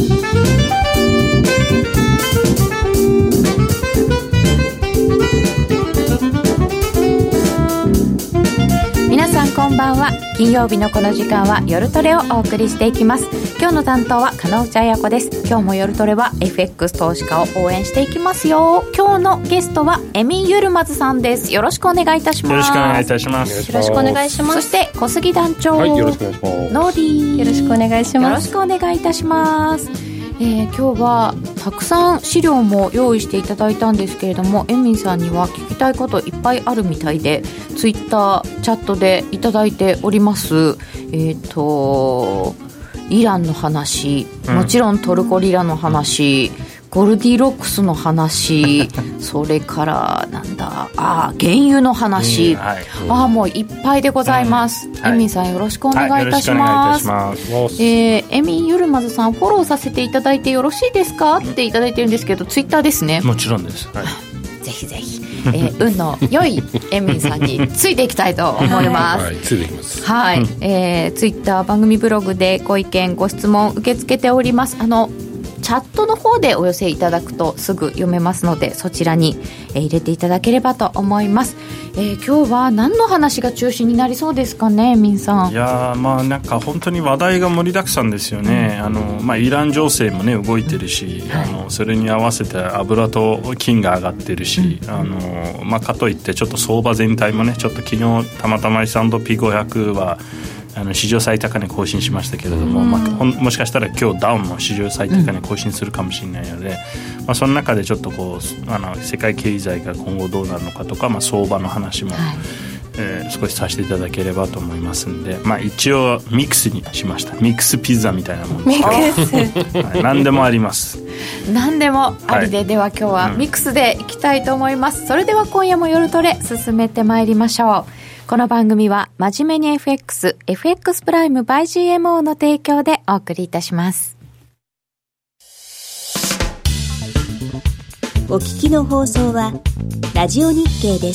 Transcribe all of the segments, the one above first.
皆さんこんばんは。金曜日のこの時間は夜トレをお送りしていきます。今日の担当は金内彩子です。今日も夜トレは FX 投資家を応援していきますよ。今日のゲストはエミン・ユルマズさんです。よろしくお願いいたします。 よろしくお願いいたします。 よろしくお願いします。 そして小杉団長、 はい、よろしくお願いします。 ノーディー、 よろしくお願いします。 よろしくお願いいたします。今日はたくさん資料も用意していただいたんですけれども、エミンさんには聞きたいこといっぱいあるみたいで、ツイッターチャットでいただいております。イランの話、もちろんトルコリラの話、ゴルディロックスの話それからなんだ、原油の話、もういっぱいでございます。エミンさんよろしくお願いいたします。エミン・ユルマズさんフォローさせていただいてよろしいですかっていただいてるんですけど、ツイッターですね。 もちろんです、 ぜひぜひ、運の良いエミンさんについていきたいと思います。 ついていきます。 ツイッター番組ブログでご意見ご質問受け付けております。チャットの方でお寄せいただくとすぐ読めますので、そちらに入れていただければと思います。今日は何の話が中心になりそうですかね、ミンさん。 いやなんか本当に話題が盛りだくさんですよね。イラン情勢もね動いてるし、それに合わせて油と金が上がってるし、かといってちょっと相場全体もね、ちょっと昨日たまたま S&P500 は史上最高値更新しましたけれども、もしかしたら今日ダウンも史上最高値更新するかもしれないので、その中でちょっと世界経済が今後どうなるのかとか、相場の話も、少しさせていただければと思いますんで、一応ミックスにしました。ミックスピザみたいなものです。何でもあります。 何でもありで、では今日はミックスでいきたいと思います。それでは今夜も夜トレ進めてまいりましょう。この番組は真面目に FX プライム by GMO の提供でお送りいたします。 お聞きの放送はラジオ日経です。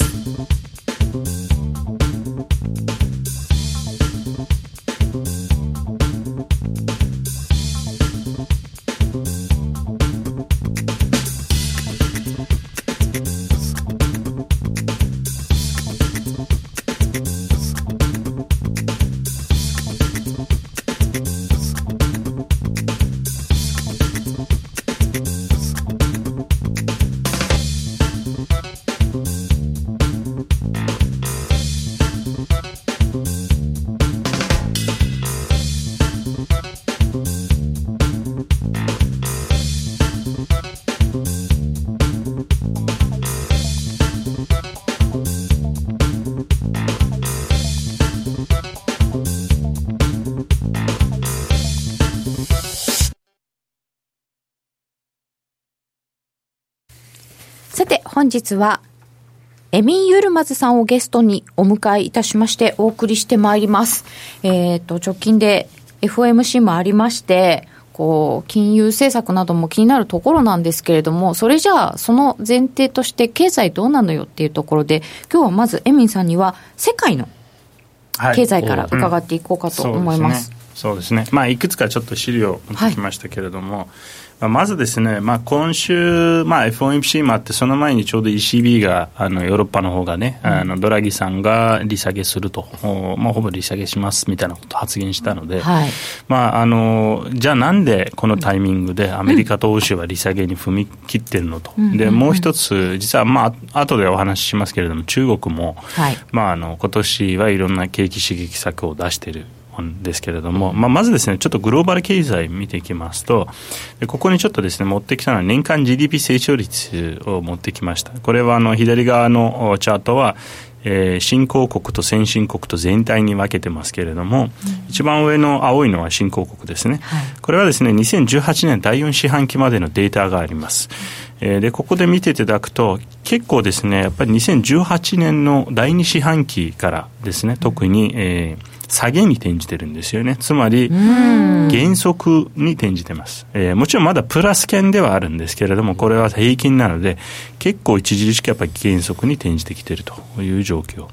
さて本日はエミン・ユルマズさんをゲストにお迎えいたしましてお送りしてまいります。直近で FOMC もありまして、金融政策なども気になるところなんですけれども、それじゃあその前提として経済どうなのよっていうところで、今日はまずエミンさんには世界の経済から伺っていこうかと思います。 そうですね。いくつかちょっと資料を持ってきましたけれども、まずですね、今週、FOMC もあって、その前にちょうど ECB がヨーロッパの方がね、ドラギさんが利下げすると、ほぼ利下げしますみたいなことを発言したので、じゃあなんでこのタイミングでアメリカと欧州は利下げに踏み切ってるのと、でもう一つ実は後でお話ししますけれども、中国も、今年はいろんな景気刺激策を出しているですけれども、まずですね、ちょっとグローバル経済見ていきますと、ここにちょっとですね持ってきたのは年間 GDP 成長率を持ってきました。これは左側のチャートは、新興国と先進国と全体に分けてますけれども、一番上の青いのは新興国ですね、これはですね2018年第4四半期までのデータがあります。でここで見ていただくと結構ですね、やっぱり2018年の第2四半期からですね特に、下げに転じてるんですよね。つまり減速に転じてます。もちろんまだプラス圏ではあるんですけれども、これは平均なので結構著しくやっぱり減速に転じてきているという状況。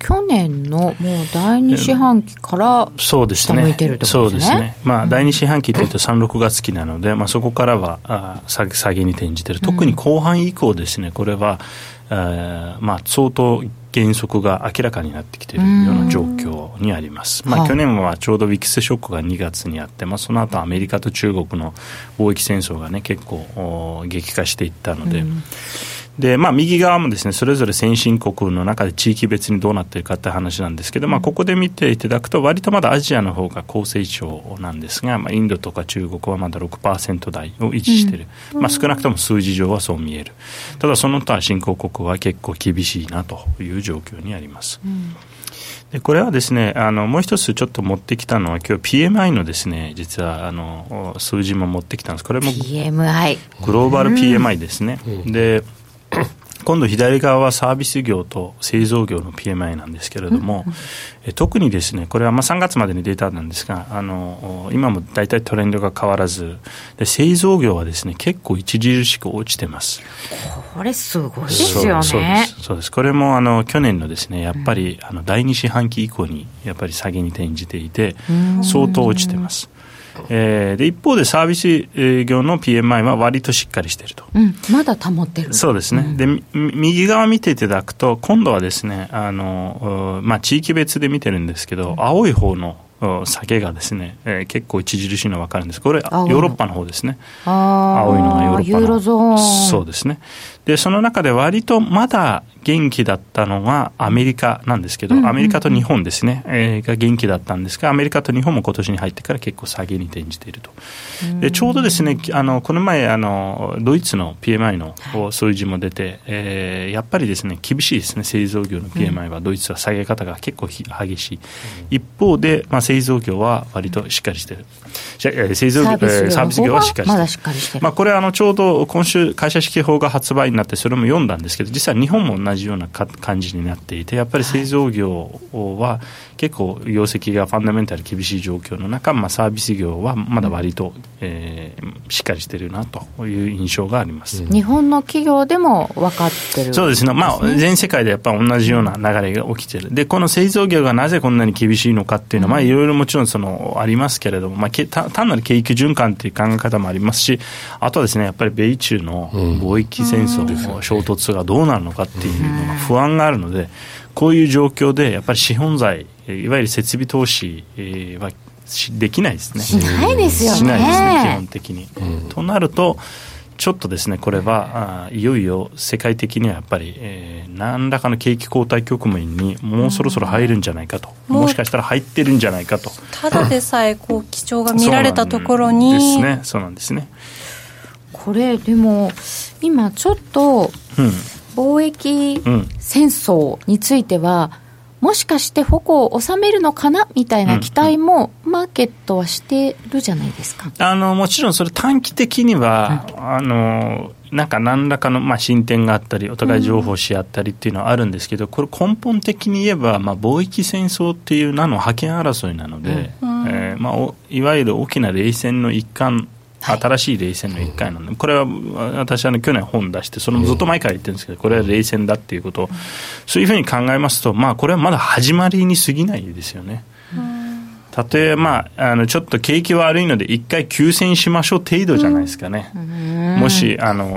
去年のもう第2四半期から下向いてるってことですね。 そうですね。まあ、第2四半期というと3、6月期なので、まあ、そこからは下げに転じている。特に後半以降ですね、これはまあ、相当減速が明らかになってきているような状況にあります。まあ、去年はちょうどウィクスショックが2月にあって、まあ、その後アメリカと中国の貿易戦争がね結構激化していったので、でまあ、右側もですねそれぞれ先進国の中で地域別にどうなっているかって話なんですけど、まあ、ここで見ていただくと割とまだアジアの方が高成長なんですが、まあ、インドとか中国はまだ 6% 台を維持している、まあ、少なくとも数字上はそう見える。ただその他新興国は結構厳しいなという状況にあります。でこれはですねもう一つちょっと持ってきたのは今日 PMI のですね実は数字も持ってきたんです。これも PMI グローバル PMI ですね。で今度左側はサービス業と製造業の PMI なんですけれども、特にですねこれはまあ3月までのデータなんですが今もだいたいトレンドが変わらずで製造業はですね結構著しく落ちてます。 これすごいですよね。 そうです。これも去年のですねやっぱり第2四半期以降にやっぱり下げに転じていて相当落ちてます。で一方でサービス業の PMI は割としっかりしていると、 まだ保ってる。 そうですね、で右側見ていただくと今度はですねまあ、地域別で見てるんですけど、青い方の下げがですね、結構著しいのが分かるんです。これヨーロッパの方ですね。青いのがヨーロッパのユーロゾーン。 そうですね。でその中で割とまだ元気だったのがアメリカなんですけど、アメリカと日本ですね、が元気だったんですが、アメリカと日本も今年に入ってから結構下げに転じていると。でちょうどですねこの前ドイツの PMI の数字も出て、やっぱりですね厳しいですね。製造業の PMI はドイツは下げ方が結構激しい。一方で、まあ、製造業は割としっかりしている。製造業サービス業はしっかりしている。 まだしっかりしてる。 まあ、これちょうど今週会社指揮法が発売になってそれも読んだんですけど、実は日本も同じような感じになっていて、やっぱり製造業は結構業績がファンダメンタル厳しい状況の中、まあ、サービス業はまだ割と、しっかりしているなという印象があります。 日本の企業でも分かってる。 そうですね、まあ、全世界でやっぱり同じような流れが起きている。でこの製造業がなぜこんなに厳しいのかっていうのは、まあ、いろいろもちろんありますけれども、まあ、単なる景気循環という考え方もありますし、あとはですねやっぱり米中の貿易戦争の衝突がどうなるのかっていうのが不安があるので、こういう状況でやっぱり資本財いわゆる設備投資はできないですね。 しないですよね。 しないですね基本的に、となるとちょっとですねこれはいよいよ世界的にはやっぱり、何らかの景気後退局面にもうそろそろ入るんじゃないかと、もしかしたら入ってるんじゃないかと。 ただでさえ基調が見られたところにそうなんですね。 これでも今ちょっと貿易戦争については、もしかして矛を収めるのかなみたいな期待もマーケットはしてるじゃないですか。 もちろんそれ短期的には、なんか何らかの、まあ、進展があったりお互い情報し合ったりっていうのはあるんですけど、これ根本的に言えば、まあ、貿易戦争っていう名の覇権争いなので、まあ、いわゆる大きな冷戦の一環、新しい冷戦の一回なので、これは私は去年本出してそのずっと前から言ってるんですけど、これは冷戦だっていうことをそういうふうに考えますと、まあ、これはまだ始まりに過ぎないですよね。たとえまあ、ちょっと景気悪いので一回休戦しましょう程度じゃないですかね。もし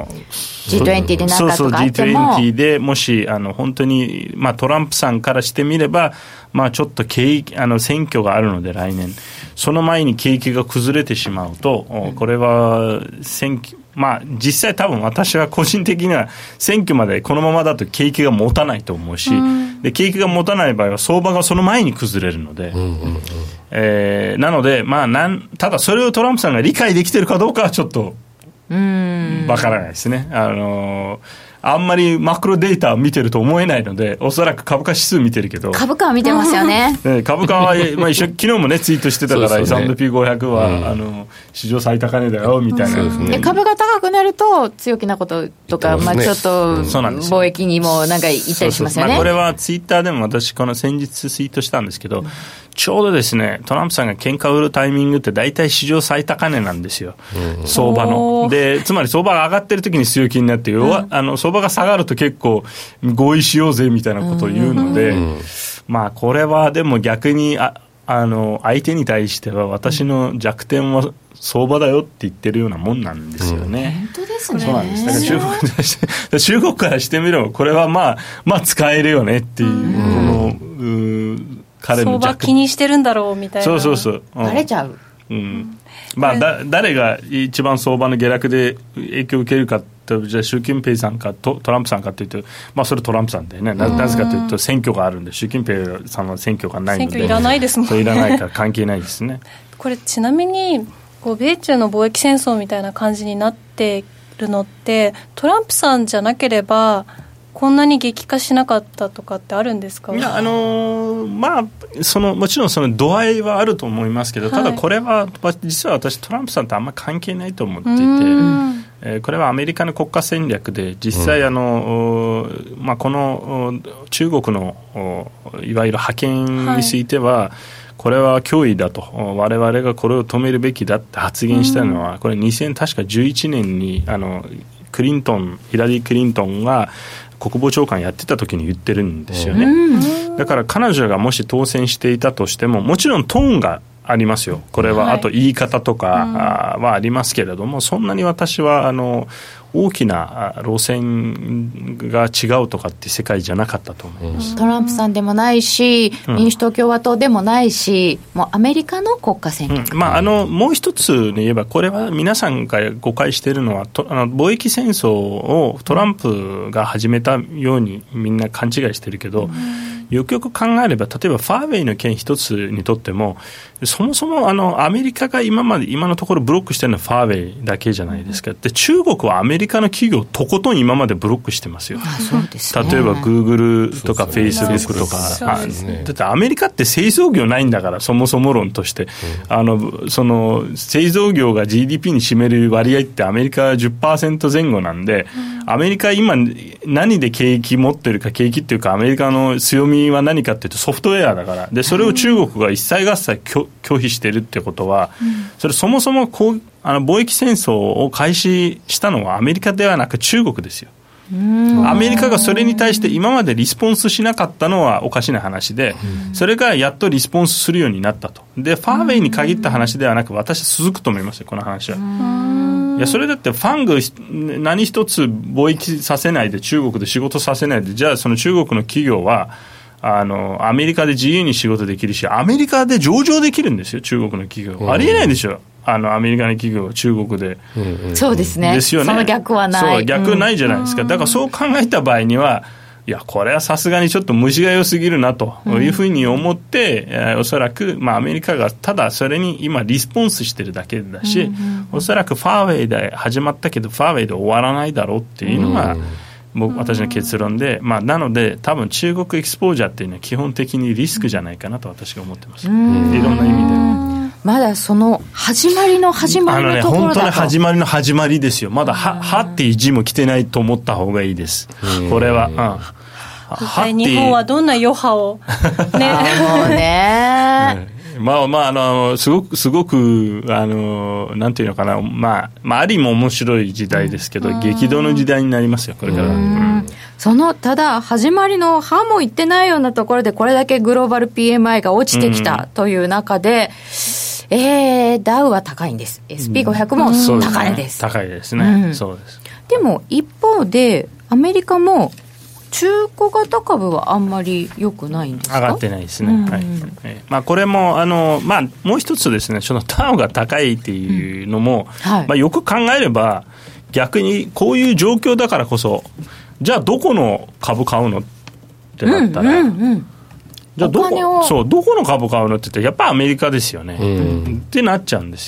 G20 で何かとかあっても、 G20 でもし本当に、まあ、トランプさんからしてみれば、まあ、ちょっと選挙があるので来年その前に景気が崩れてしまうと、これはまあ、実際多分私は個人的には選挙までこのままだと景気が持たないと思うし、で景気が持たない場合は相場がその前に崩れるので、なので、まあ、ただそれをトランプさんが理解できているかどうかはちょっとわからないですね。あんまりマクロデータを見てると思えないので、おそらく株価指数見てるけど、 株価は見てますよね。 株価は、まあ、昨日もねツイートしてたから、S&P500 は、史上最高値だよみたいな、 株が高くなると強気なこととか、まあ、ちょっと貿易にもなんか言ったりしますよね。 まあ、これはツイッターでも私この先日ツイートしたんですけど、 ちょうどですね、トランプさんが喧嘩を売るタイミングって大体史上最高値なんですよ、相場の。で、つまり相場が上がってる時に強気になって、相場が下がると結構合意しようぜみたいなことを言うので、まあこれはでも逆に相手に対しては私の弱点は相場だよって言ってるようなもんなんですよね。 本当ですね。 そうなんです。だから中国からしてみればこれはまあ使えるよねっていう、この彼の相場気にしてるんだろうみたいな。 そう、 バレちゃう。 まあ誰が一番相場の下落で影響を受けるかって、じゃあ習近平さんかトランプさんかというと、まあそれトランプさんでね、なぜかというと選挙があるんで、習近平さんは選挙がないので、 選挙いらないですもんね。 いらないから関係ないですね。 これちなみに米中の貿易戦争みたいな感じになってるのって、トランプさんじゃなければこんなに激化しなかったとかってあるんですか？ いや、まあもちろんその度合いはあると思いますけど、ただこれは実は私トランプさんとあんまり関係ないと思っていて、これはアメリカの国家戦略で実際この中国のいわゆる覇権については、これは脅威だと、我々がこれを止めるべきだって発言したのは、これ2011年にヒラリー・クリントンが国防長官やってた時に言ってるんですよね。だから彼女がもし当選していたとしても、もちろんトーンがありますよ。これはあと言い方とかはありますけれども、そんなに私は大きな路線が違うとかって世界じゃなかったと思います。 トランプさんでもないし、民主党共和党でもないし、もうアメリカの国家戦略、 もう一つで言えば、これは皆さんが誤解しているのは、貿易戦争をトランプが始めたようにみんな勘違いしてるけど、よくよく考えれば、例えばファーウェイの件一つにとっても、そもそもアメリカが今のところブロックしてるのはファーウェイだけじゃないですか。で、中国はアメリカの企業をとことん今までブロックしてますよ。 そうですね。 例えばグーグルとかフェイスブックとか、だってアメリカって製造業ないんだから、そもそも論として、その製造業が GDP に占める割合ってアメリカは 10% 前後なんで、アメリカ今何で景気持ってるか、景気っていうかアメリカの強みは何かっていうとソフトウェアだから。で、それを中国が一切合切拒否してるってことは、それそもそも貿易戦争を開始したのはアメリカではなく中国ですよ。アメリカがそれに対して今までリスポンスしなかったのはおかしな話で、それがやっとリスポンスするようになったと。で、ファーウェイに限った話ではなく、私は続くと思いますよ、この話は。いや、それだってファング何一つ貿易させないで、中国で仕事させないで、じゃあその中国の企業はアメリカで自由に仕事できるし、アメリカで上場できるんですよ、中国の企業。ありえないでしょ、アメリカの企業は中国で。 そうですね。 ですよね。 その逆はない。 そう、逆ないじゃないですか。だからそう考えた場合には、いや、これはさすがにちょっと虫が良すぎるなというふうに思って、おそらく、アメリカがただそれに今リスポンスしてるだけだし、おそらくファーウェイで始まったけどファーウェイで終わらないだろうっていうのが、私の結論で、なので多分中国エクスポージャーっていうのは基本的にリスクじゃないかなと私が思ってます。いろんな意味で。 まだその始まりのところだと。 本当に始まりの始まりですよ。まだはっていう字も来てないと思った方がいいです。これは。 日本はどんな余波をね。 もうね。 すごくなんていうのかな、ありも面白い時代ですけど、激動の時代になりますよ、これから。 ただ始まりの歯も言ってないようなところで、これだけグローバル PMI が落ちてきたという中で、ダウは高いんです。SP500 も高いです。 高いですね。そうです。 でも一方でアメリカも中古型株はあんまり良くないんですか？ 上がってないですね。これももう一つですね、そのダウが高いっていうのも、よく考えれば逆にこういう状況だからこそ、じゃあどこの株買うのってなったら、じゃあどこの株買うのって言ったらやっぱりアメリカですよね、ってなっちゃうんですよ。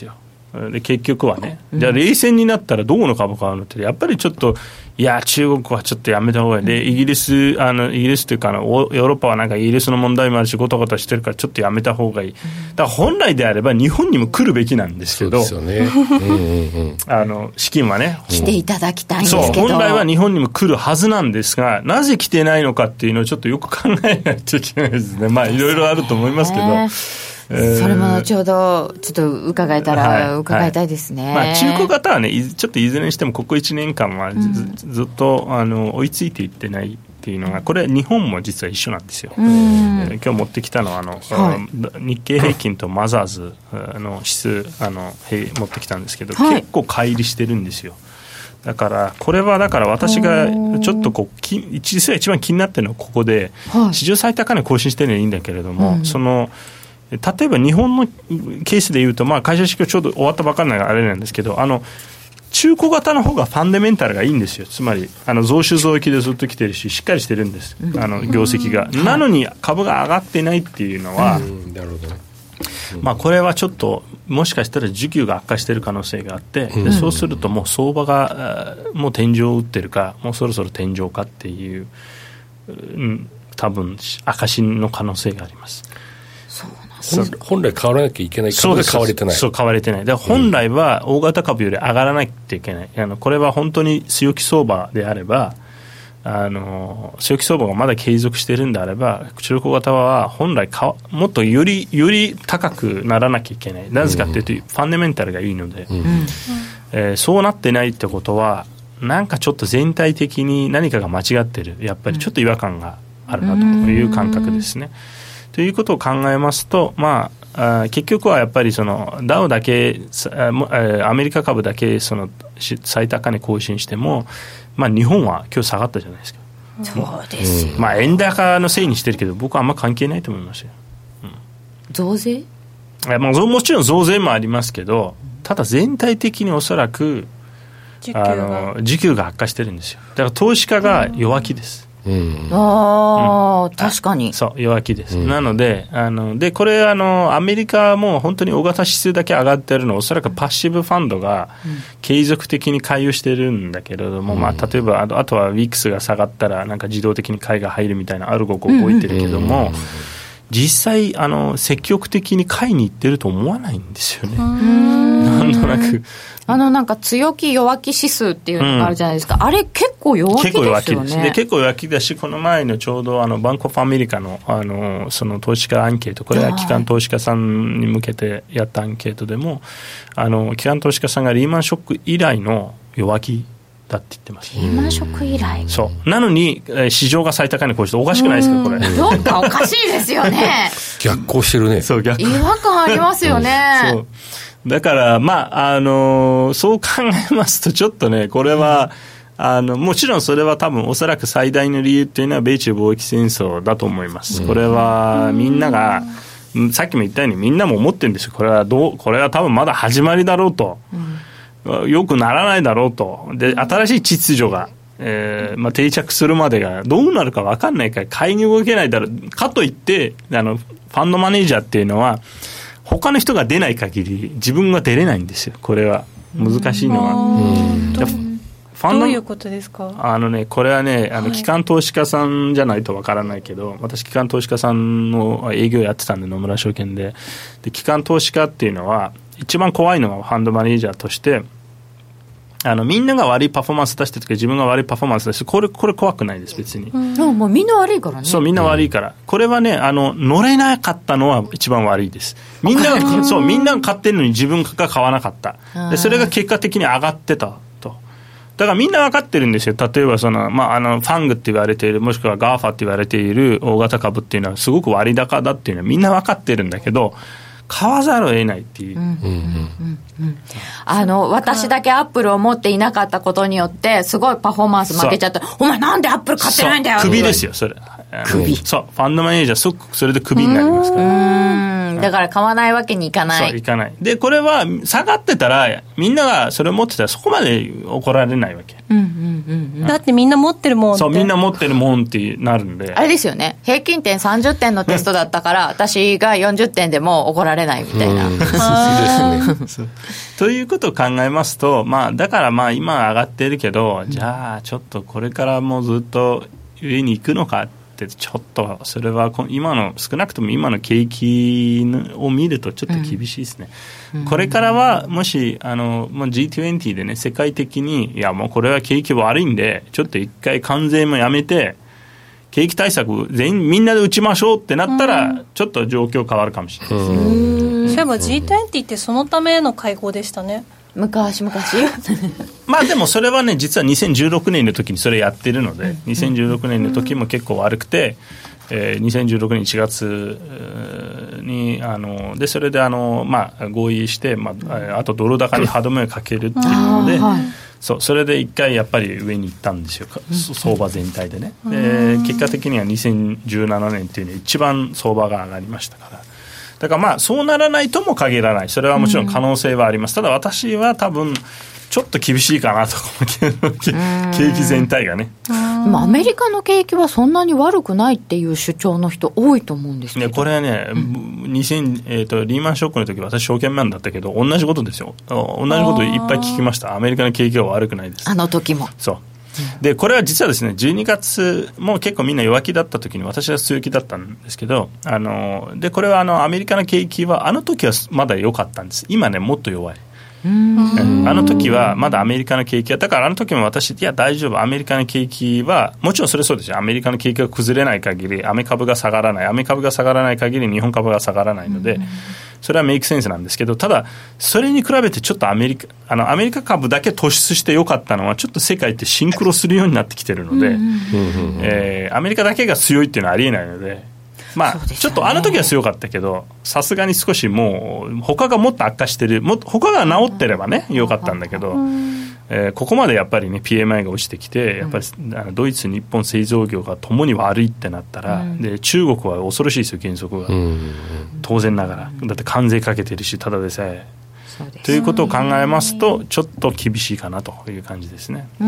で結局はね、じゃあ冷戦になったらどこの株買うのってやっぱりちょっといや中国はちょっとやめた方がいいで、イギリスというかヨーロッパはなんかイギリスの問題もあるしゴタゴタしてるからちょっとやめた方がいい。だから本来であれば日本にも来るべきなんですけど、 そうですよね資金はね来ていただきたいんですけど、 そう本来は日本にも来るはずなんですが、なぜ来てないのかっていうのをちょっとよく考えないといけないですね。まあいろいろあると思いますけど、 それも後ほどちょっと伺えたら伺いたいですね。 まあ、中古型はねちょっといずれにしてもここ1年間はずっと追いついていってないっていうのが、これ日本も実は一緒なんですよ。今日持ってきたのは日経平均とマザーズの指数持ってきたんですけど、結構乖離してるんですよ。だからこれはだから私がちょっと実は一番気になってるのはここで、史上最高値更新してるのはいいんだけれども、例えば日本のケースでいうと、まあ、会社指標ちょうど終わったばかりなあれなんですけど、中古型の方がファンダメンタルがいいんですよ。つまり増収増益でずっと来てるししっかりしてるんです、業績が。なのに株が上がってないっていうのは、 なるほどね。 まあ、これはちょっともしかしたら需給が悪化している可能性があって、でそうするともう相場がもう天井を打ってるか、もうそろそろ天井かっていう、多分証の可能性があります。 本来買わなきゃいけない株が買われてない。 そう買われてない。だから本来は大型株より上がらなきゃいけない。これは本当に強気相場であれば、強気相場がまだ継続しているんであれば、中古型は本来もっとより高くならなきゃいけない。なぜかというと、ファンダメンタルがいいので、そうなってないってことはなんかちょっと全体的に何かが間違ってる、やっぱりちょっと違和感があるなという感覚ですね。ということを考えますと、まあ、結局はやっぱりそのダウだけアメリカ株だけその最高値更新しても、まあ、日本は今日下がったじゃないですか。 そうですよ、 まあ、円高のせいにしてるけど僕はあんま関係ないと思いますよ。 増税？ まあ、もちろん増税もありますけど、ただ全体的におそらく需給が悪化してるんですよ。だから投資家が弱気です。 確かにそう弱気です、なのででこれアメリカも本当に大型指数だけ上がってるのはおそらくパッシブファンドが継続的に買いをしてるんだけれども、まあ、例えばあとはウィックスが下がったらなんか自動的に買いが入るみたいなアルゴが動いてるけども、実際積極的に買いに行ってると思わないんですよね。なんとなくなんか強気弱気指数っていうのがあるじゃないですか、あれ結構弱気ですよね。 結構弱気だし、この前のちょうどバンクオフアメリカのその投資家アンケート、これは機関投資家さんに向けてやったアンケートでも機関投資家さんがリーマンショック以来の弱気だって言ってます。 リーマンショック以来。 そうなのに市場が最高値更新しておかしくないですかこれ。 どっかおかしいですよね。 逆行してるね。 そう逆違和感ありますよね。 そうだからまあそう考えますとちょっとねこれはもちろんそれは多分おそらく最大の理由というのは米中貿易戦争だと思います。これはみんながさっきも言ったようにみんなも思ってるんですよ。これは多分まだ始まりだろうと、よくならないだろうと。で新しい秩序が、まあ、定着するまでがどうなるか分かんないから買いに動けないだろうかといってファンドマネージャーっていうのは他の人が出ない限り自分が出れないんですよ。これは難しいのは。 どういうことですか？ これはね機関投資家さんじゃないとわからないけど、私機関投資家さんの営業やってたんで野村証券で機関投資家っていうのは一番怖いのがファンドマネージャーとしてみんなが悪いパフォーマンス出してるとき自分が悪いパフォーマンス出してこれ怖くないです別に、 もうみんな悪いからね。 そうみんな悪いから、これはね乗れなかったのは一番悪いです。みんなが買ってるのに自分が買わなかった。でそれが結果的に上がってたと。だからみんな分かってるんですよ。例えばファングって言われている、もしくはガーファって言われている大型株っていうのはすごく割高だっていうのはみんな分かってるんだけど買わざるを得ないっていう、 私だけアップルを持っていなかったことによってすごいパフォーマンス負けちゃった。お前なんでアップル買ってないんだよ。 クビですよそれ。 クビ。 そうファンドマネージャーそれでクビになりますから。 だから買わないわけにいかない。 そういかない。でこれは下がってたらみんながそれを持ってたらそこまで怒られないわけ、 だってみんな持ってるもんって。 そうみんな持ってるもんってなるんで、 あれですよね、平均点30点のテストだったから私が40点でも怒られないみたいな、 ということを考えますと、だから今上がってるけど、じゃあちょっとこれからもうずっと上に行くのかってちょっとそれは今の少なくとも今の景気を見るとちょっと厳しいですね、これからはもしG20 でね世界的にいやもうこれは景気悪いんでちょっと一回関税もやめて景気対策みんなで打ちましょうってなったらちょっと状況変わるかもしれないですね。 そういえば G20 ってそのための会合でしたね。 昔でもそれはね実は2016年の時にそれやってるので、2016年の時も結構悪くて、2016年1月にでそれで合意して、あとドル高に歯止めをかけるっていうので、それで一回やっぱり上に行ったんですよ、相場全体でね。で結果的には2017年っていうのは一番相場が上がりましたから、だからそうならないとも限らない、それはもちろん可能性はあります、ただ私は多分ちょっと厳しいかなと景気全体がね。 でもアメリカの景気はそんなに悪くないっていう主張の人多いと思うんですけど、 これはね、リーマンショックの時私証券マンだったけど同じことですよ。同じこといっぱい聞きました。アメリカの景気は悪くないです。 あの時もそうでこれは実はですね12月も結構みんな弱気だった時に私は強気だったんですけど、でこれはアメリカの景気はあの時はまだ良かったんです。今ねもっと弱い。あの時はまだアメリカの景気はだからあの時も私いや大丈夫、アメリカの景気はもちろんそれそうですよ。アメリカの景気が崩れない限りアメ株が下がらない、アメ株が下がらない限り日本株が下がらないので、それはメイクセンスなんですけど、ただそれに比べてちょっとアメリカ株だけ突出して良かったのはちょっと世界ってシンクロするようになってきてるので、アメリカだけが強いっていうのはありえないので、ちょっとあの時は強かったけどさすがに少しもう他がもっと悪化してる、他が治ってればね良かったんだけど、ここまでやっぱりね PMI が落ちてきてやっぱりドイツ日本製造業がともに悪いってなったら、で中国は恐ろしいですよ減速が、当然ながらだって関税かけてるし、ただでさえということを考えますとちょっと厳しいかなという感じですね。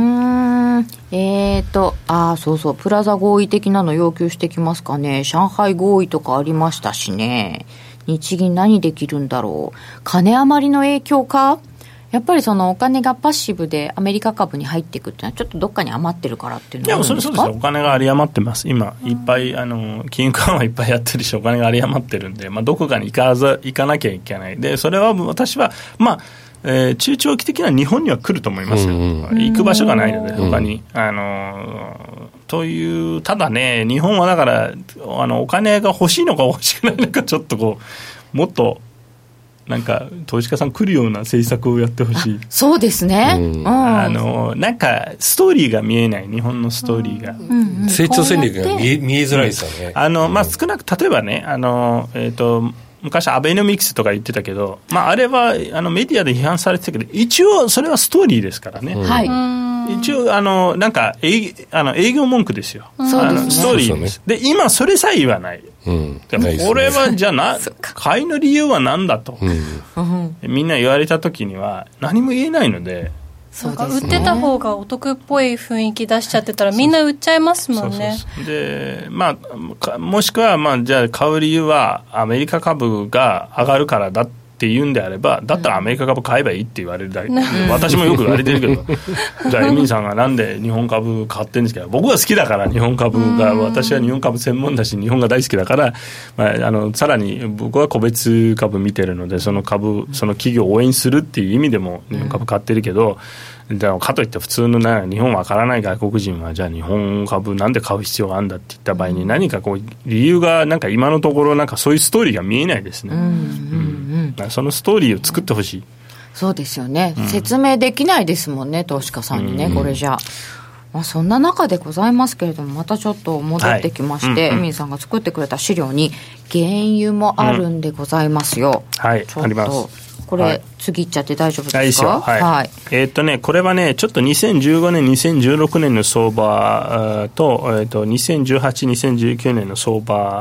そうプラザ合意的なの要求してきますかね。上海合意とかありましたしね。日銀何できるんだろう。金余りの影響か。やっぱりそのお金がパッシブでアメリカ株に入っていくっていうのはちょっとどっかに余ってるからっていうのはあるんですか。 いやそうですよ、お金が有り余ってます今いっぱい金融緩和いっぱいやってるしお金が有り余ってるんで、どこかに行かなきゃいけない。でそれは私は中長期的な日本には来ると思いますよ、行く場所がないので他に、というただね日本はだからお金が欲しいのか欲しくないのかちょっともっとなんか投資家さん来るような政策をやってほしい。 そうですね、 なんかストーリーが見えない、日本のストーリーが、 成長戦略が見えづらいですよね。 少なく例えばね昔アベノミクスとか言ってたけど、あれはメディアで批判されてたけど一応それはストーリーですからね、一応なんか営業文句ですよ、ストーリーです。で今それさえ言わない、でもこれはじゃあ買いの理由は何だと、みんな言われた時には何も言えないので、 なんか売ってた方がお得っぽい雰囲気出しちゃってたらみんな売っちゃいますもんね。 でもしくはじゃあ買う理由はアメリカ株が上がるからだって言うんであれば、だったらアメリカ株買えばいいって言われるだけ、私もよく言われてるけどじゃあエミンさんがなんで日本株買ってるんですか。僕は好きだから日本株が、私は日本株専門だし日本が大好きだから、さらに僕は個別株見てるのでその企業を応援するっていう意味でも日本株買ってるけど、かといって普通の日本わからない外国人はじゃあ日本株なんで買う必要があるんだって言った場合に何か理由がなんか今のところなんかそういうストーリーが見えないですね。そのストーリーを作ってほしい。 そうですよね、説明できないですもんね投資家さんにね、これじゃそんな中でございますけれども、またちょっと戻ってきまして、エミンさんが作ってくれた資料に原油もあるんでございますよ、ちょっとあります。 これ、次いっちゃって大丈夫ですか。 これはねちょっと2015年2016年の相場と、2018、2019年の相場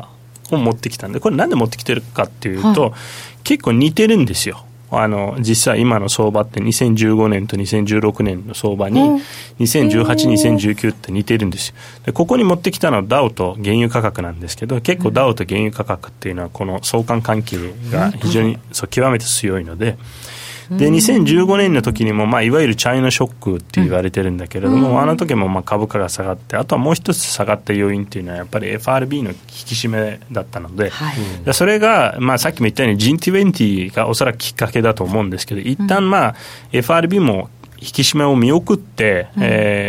を持ってきたんで、これなんで持ってきてるかっていうと、結構似てるんですよ。実際今の相場って2015年と2016年の相場に2018、2019って似てるんですよ。でここに持ってきたのはダウと原油価格なんですけど、結構ダウと原油価格っていうのはこの相関関係が非常に極めて強いので、で2015年の時にも、いわゆるチャイナショックって言われてるんだけれども、あの時も株価が下がって、あとはもう一つ下がった要因っていうのはやっぱり FRB の引き締めだったので、それが、さっきも言ったように G20 がおそらくきっかけだと思うんですけど、一旦FRB も引き締めを見送って、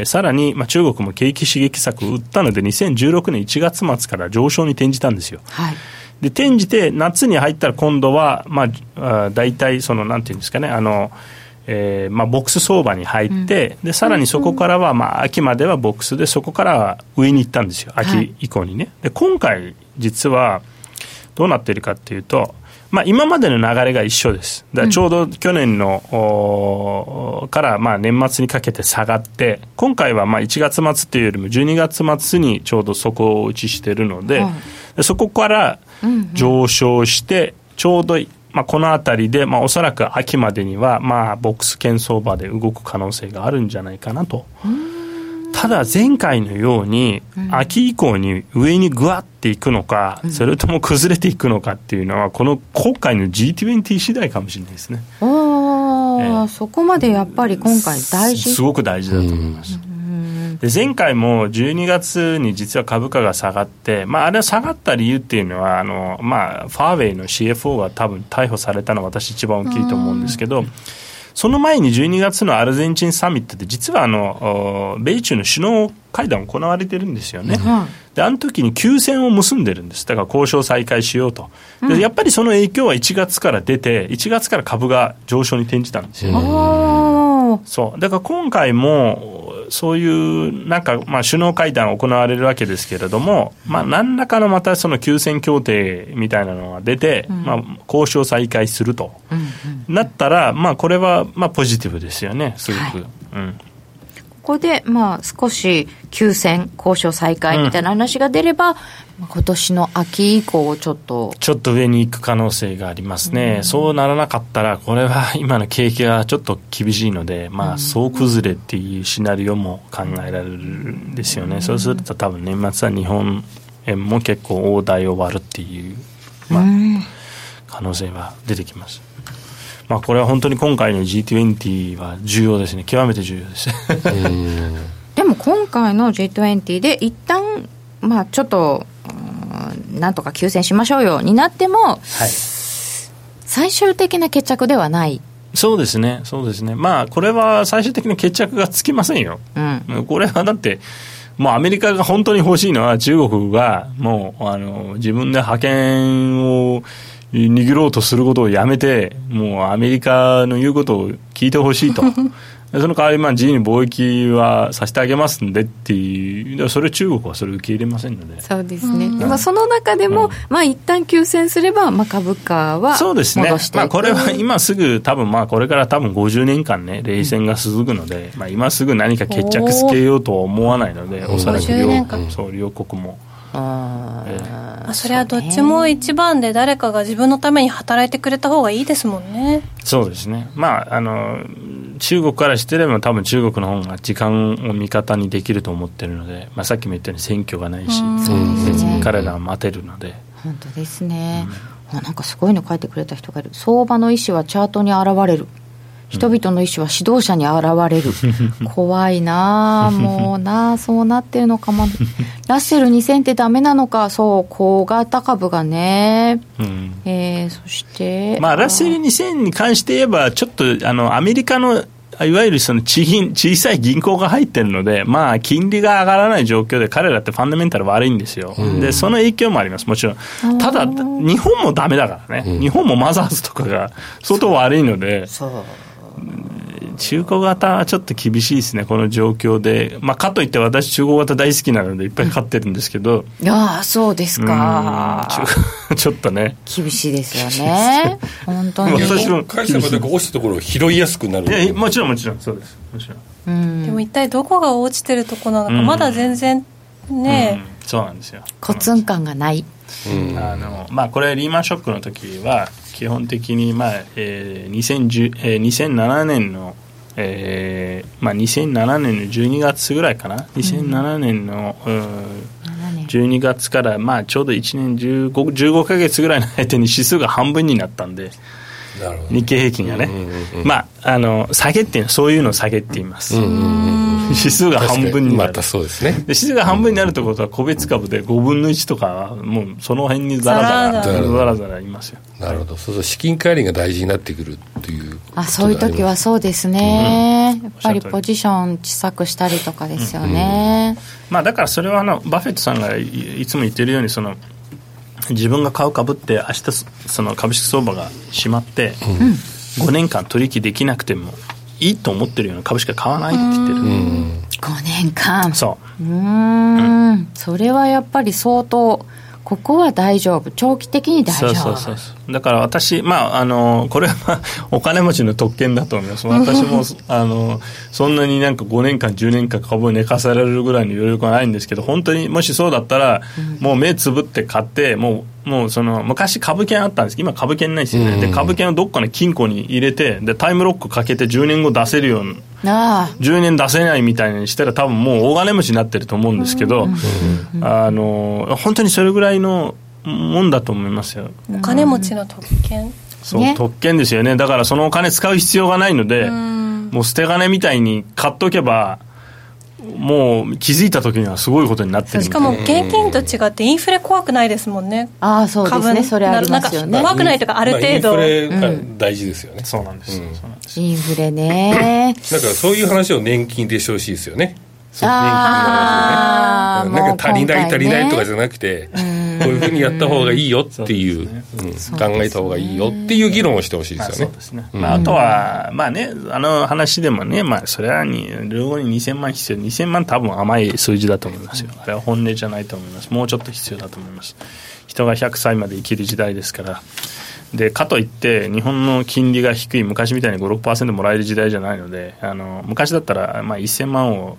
さらに、中国も景気刺激策を打ったので2016年1月末から上昇に転じたんですよ。で転じて夏に入ったら今度は、大体なんていうんですかね、ボックス相場に入って、でさらにそこからは、秋まではボックスで、そこからは上に行ったんですよ、秋以降にね。で今回実はどうなっているかっていうと、今までの流れが一緒です。だからちょうど去年の、から年末にかけて下がって、今回は1月末というよりも12月末にちょうど底打ちしているので、そこから上昇して、ちょうど、このあたりで、おそらく秋までには、ボックス圏相場で動く可能性があるんじゃないかなと。ただ前回のように秋以降に上にグワッていくのか、それとも崩れていくのかっていうのは、この今回の G20 次第かもしれないですね。 そこまでやっぱり今回大事、 すごく大事だと思います。で前回も12月に実は株価が下がって、あれは下がった理由っていうのはファーウェイの CFO が多分逮捕されたのは私一番大きいと思うんですけど、その前に12月のアルゼンチンサミットで実は米中の首脳会談行われてるんですよね。であの時に休戦を結んでるんです。だから交渉再開しようと。でやっぱりその影響は1月から出て、1月から株が上昇に転じたんですよね。そうだから今回もそういう首脳会談行われるわけですけれども、何らかのまたその休戦協定みたいなのが出て、交渉再開すると、なったら、これはポジティブですよね、すごく。 ここで少し休戦交渉再開みたいな話が出れば、今年の秋以降ちょっと上に行く可能性がありますね。そうならなかったらこれは今の景気がちょっと厳しいので、総崩れっていうシナリオも考えられるんですよね。そうすると多分年末は日本円も結構大台を割るっていう、可能性は出てきます。これは本当に今回の G20 は重要ですね。極めて重要ですでも今回の G20 で一旦ちょっとなんとか休戦しましょうよになっても、最終的な決着ではない。 そうですね。これは最終的な決着がつきませんよ。これはだってアメリカが本当に欲しいのは、中国がもう自分で覇権を握ろうとすることをやめて、もうアメリカの言うことを聞いてほしいとその代わり自由に貿易はさせてあげますんでっていう、それ中国はそれ受け入れませんので。 そうですね。でもその中でも、一旦休戦すれば、株価は戻していく。そうですね。 これは今すぐ多分これから多分50年間ね冷戦が続くので、今すぐ何か決着つけようとは思わないので、おそらく両国も。 それはどっちも一番で誰かが自分のために働いてくれた方がいいですもんね。 そうですね。中国からしてれば多分中国の方が時間を味方にできると思ってるので、さっきも言ったように選挙がないし、別に彼らは待てるので。 本当ですね。なんかすごいの書いてくれた人がいる。相場の意思はチャートに現れる。人々の意思は指導者に現れる。怖いな、もうそうなってるのかも。ラッセル2000ってダメなのか。小型株がね、そしてラッセル2000に関して言えばちょっとアメリカのいわゆるその小さい銀行が入ってるので、金利が上がらない状況で彼らってファンダメンタル悪いんですよ。でその影響もあります。もちろん。ただ日本もダメだからね。日本もマザーズとかが相当悪いので、中古型はちょっと厳しいですね、この状況で。かといって私中古型大好きなのでいっぱい買ってるんですけど、 そうですか。 ちょっとね厳しいですよね本当に。 私も会社まで落ちたところを拾いやすくなる。 もちろんそうです。もちろん。 でも一体どこが落ちてるところなのか、まだ全然ね、 そうなんですよ。 コツン感がない。 これリーマンショックの時は基本的に、2007年の2007年の12月ぐらいかな、2007年の、12月から、ちょうど1年15ヶ月ぐらいの間に指数が半分になったんで、日経平均がね、下げっていうのはそういうのを下げって言います。指数が半分になる。 またそうですね。 で指数が半分になるということは個別株で5分の1とかもうその辺にザラザラいますよ。 なるほど。そうそう、資金管理が大事になってくるっていう。 そういう時はそうですね、やっぱりポジション小さくしたりとかですよね。 だからそれはバフェットさんがいつも言ってるように自分が買う株って明日その株式相場が閉まって、5年間取引できなくてもいいと思ってるような株しか買わないって言ってる。 5年間。 そう。 それはやっぱり相当ここは大丈夫、長期的に大丈夫。 そうだから私、これはお金持ちの特権だと思います。私もそんなになんか5年間10年間株を寝かされるぐらいの余力はないんですけど、本当にもしそうだったら、もう目つぶって買って、もう昔株券あったんですけど今株券ないですよね。で株券をどっかの金庫に入れて、でタイムロックかけて10年後出せるように、10年出せないみたいにしたら多分もう大金持ちになってると思うんですけど、本当にそれぐらいのもんだと思いますよ。 お金持ちの特権。 そう、特権ですよね。だからそのお金使う必要がないので、もう捨て金みたいに買っとけばもう気づいた時にはすごいことになってる。 しかも現金と違ってインフレ怖くないですもんね。 そうですね、それありますよね。 怖くないとかある程度、 インフレが大事ですよね。 そうなんです、 インフレね。 だからそういう話を年金でしてほしいですよね。 なんか足りないとかじゃなくて、こういうふうにやった方がいいよっていう、考えた方がいいよっていう議論をしてほしいですよね。 そうですね。あとは話でもね、それは老後に2000万必要。2000万多分甘い数字だと思いますよ。あれは本音じゃないと思います。もうちょっと必要だと思います。人が100歳まで生きる時代ですから。でかといって日本の金利が低い昔みたいに 5,6% もらえる時代じゃないので、昔だったら1000万を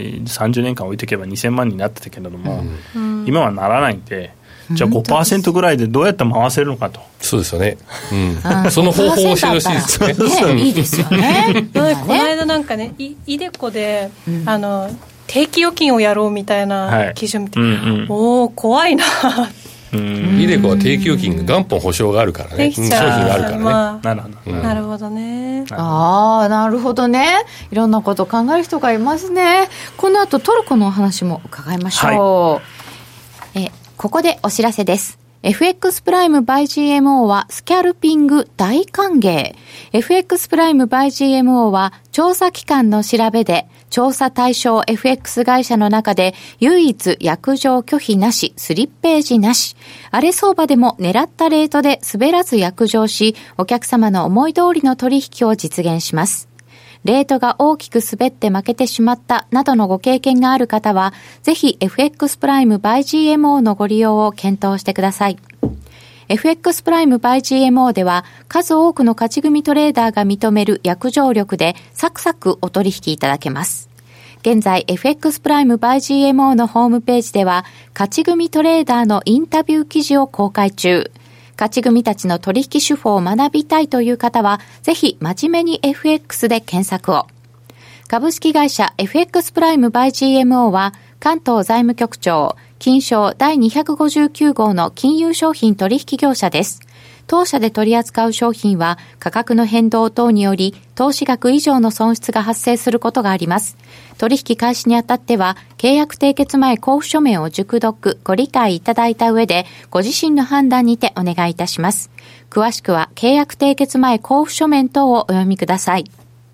30年間置いていけば2000万になってたけれども、今はならないんで、じゃあ 5% ぐらいでどうやって回せるのかと。 そうですよね、その方法をしてほしいですよね。 いいですよね。 この間なんかね、イデコで、定期預金をやろうみたいな記事を見て、怖いなイデコは定期預金元本保証があるからね、商品があるからね、 なるほどね。 なるほどね。いろんなことを考える人がいますね。この後トルコのお話も伺いましょう。ここでお知らせです。FX プライム by GMO はスキャルピング大歓迎。FX プライム by GMO は調査機関の調べで調査対象 FX 会社の中で唯一約定拒否なし、スリッページなし。荒れ相場でも狙ったレートで滑らず約定し、お客様の思い通りの取引を実現します。レートが大きく滑って負けてしまったなどのご経験がある方は、ぜひ FX プライム by GMO のご利用を検討してください。FX プライム by GMO では数多くの勝ち組トレーダーが認める約定力でサクサクお取引いただけます。現在 FX プライム by GMO のホームページでは勝ち組トレーダーのインタビュー記事を公開中。勝ち組たちの取引手法を学びたいという方は、ぜひ真面目に FX で検索を。株式会社 FX プライム by GMO は、関東財務局長、金商第259号の金融商品取引業者です。当社で取り扱う商品は価格の変動等により投資額以上の損失が発生することがあります。取引開始にあたっては契約締結前交付書面を熟読ご理解いただいた上でご自身の判断にてお願いいたします。詳しくは契約締結前交付書面等をお読みください。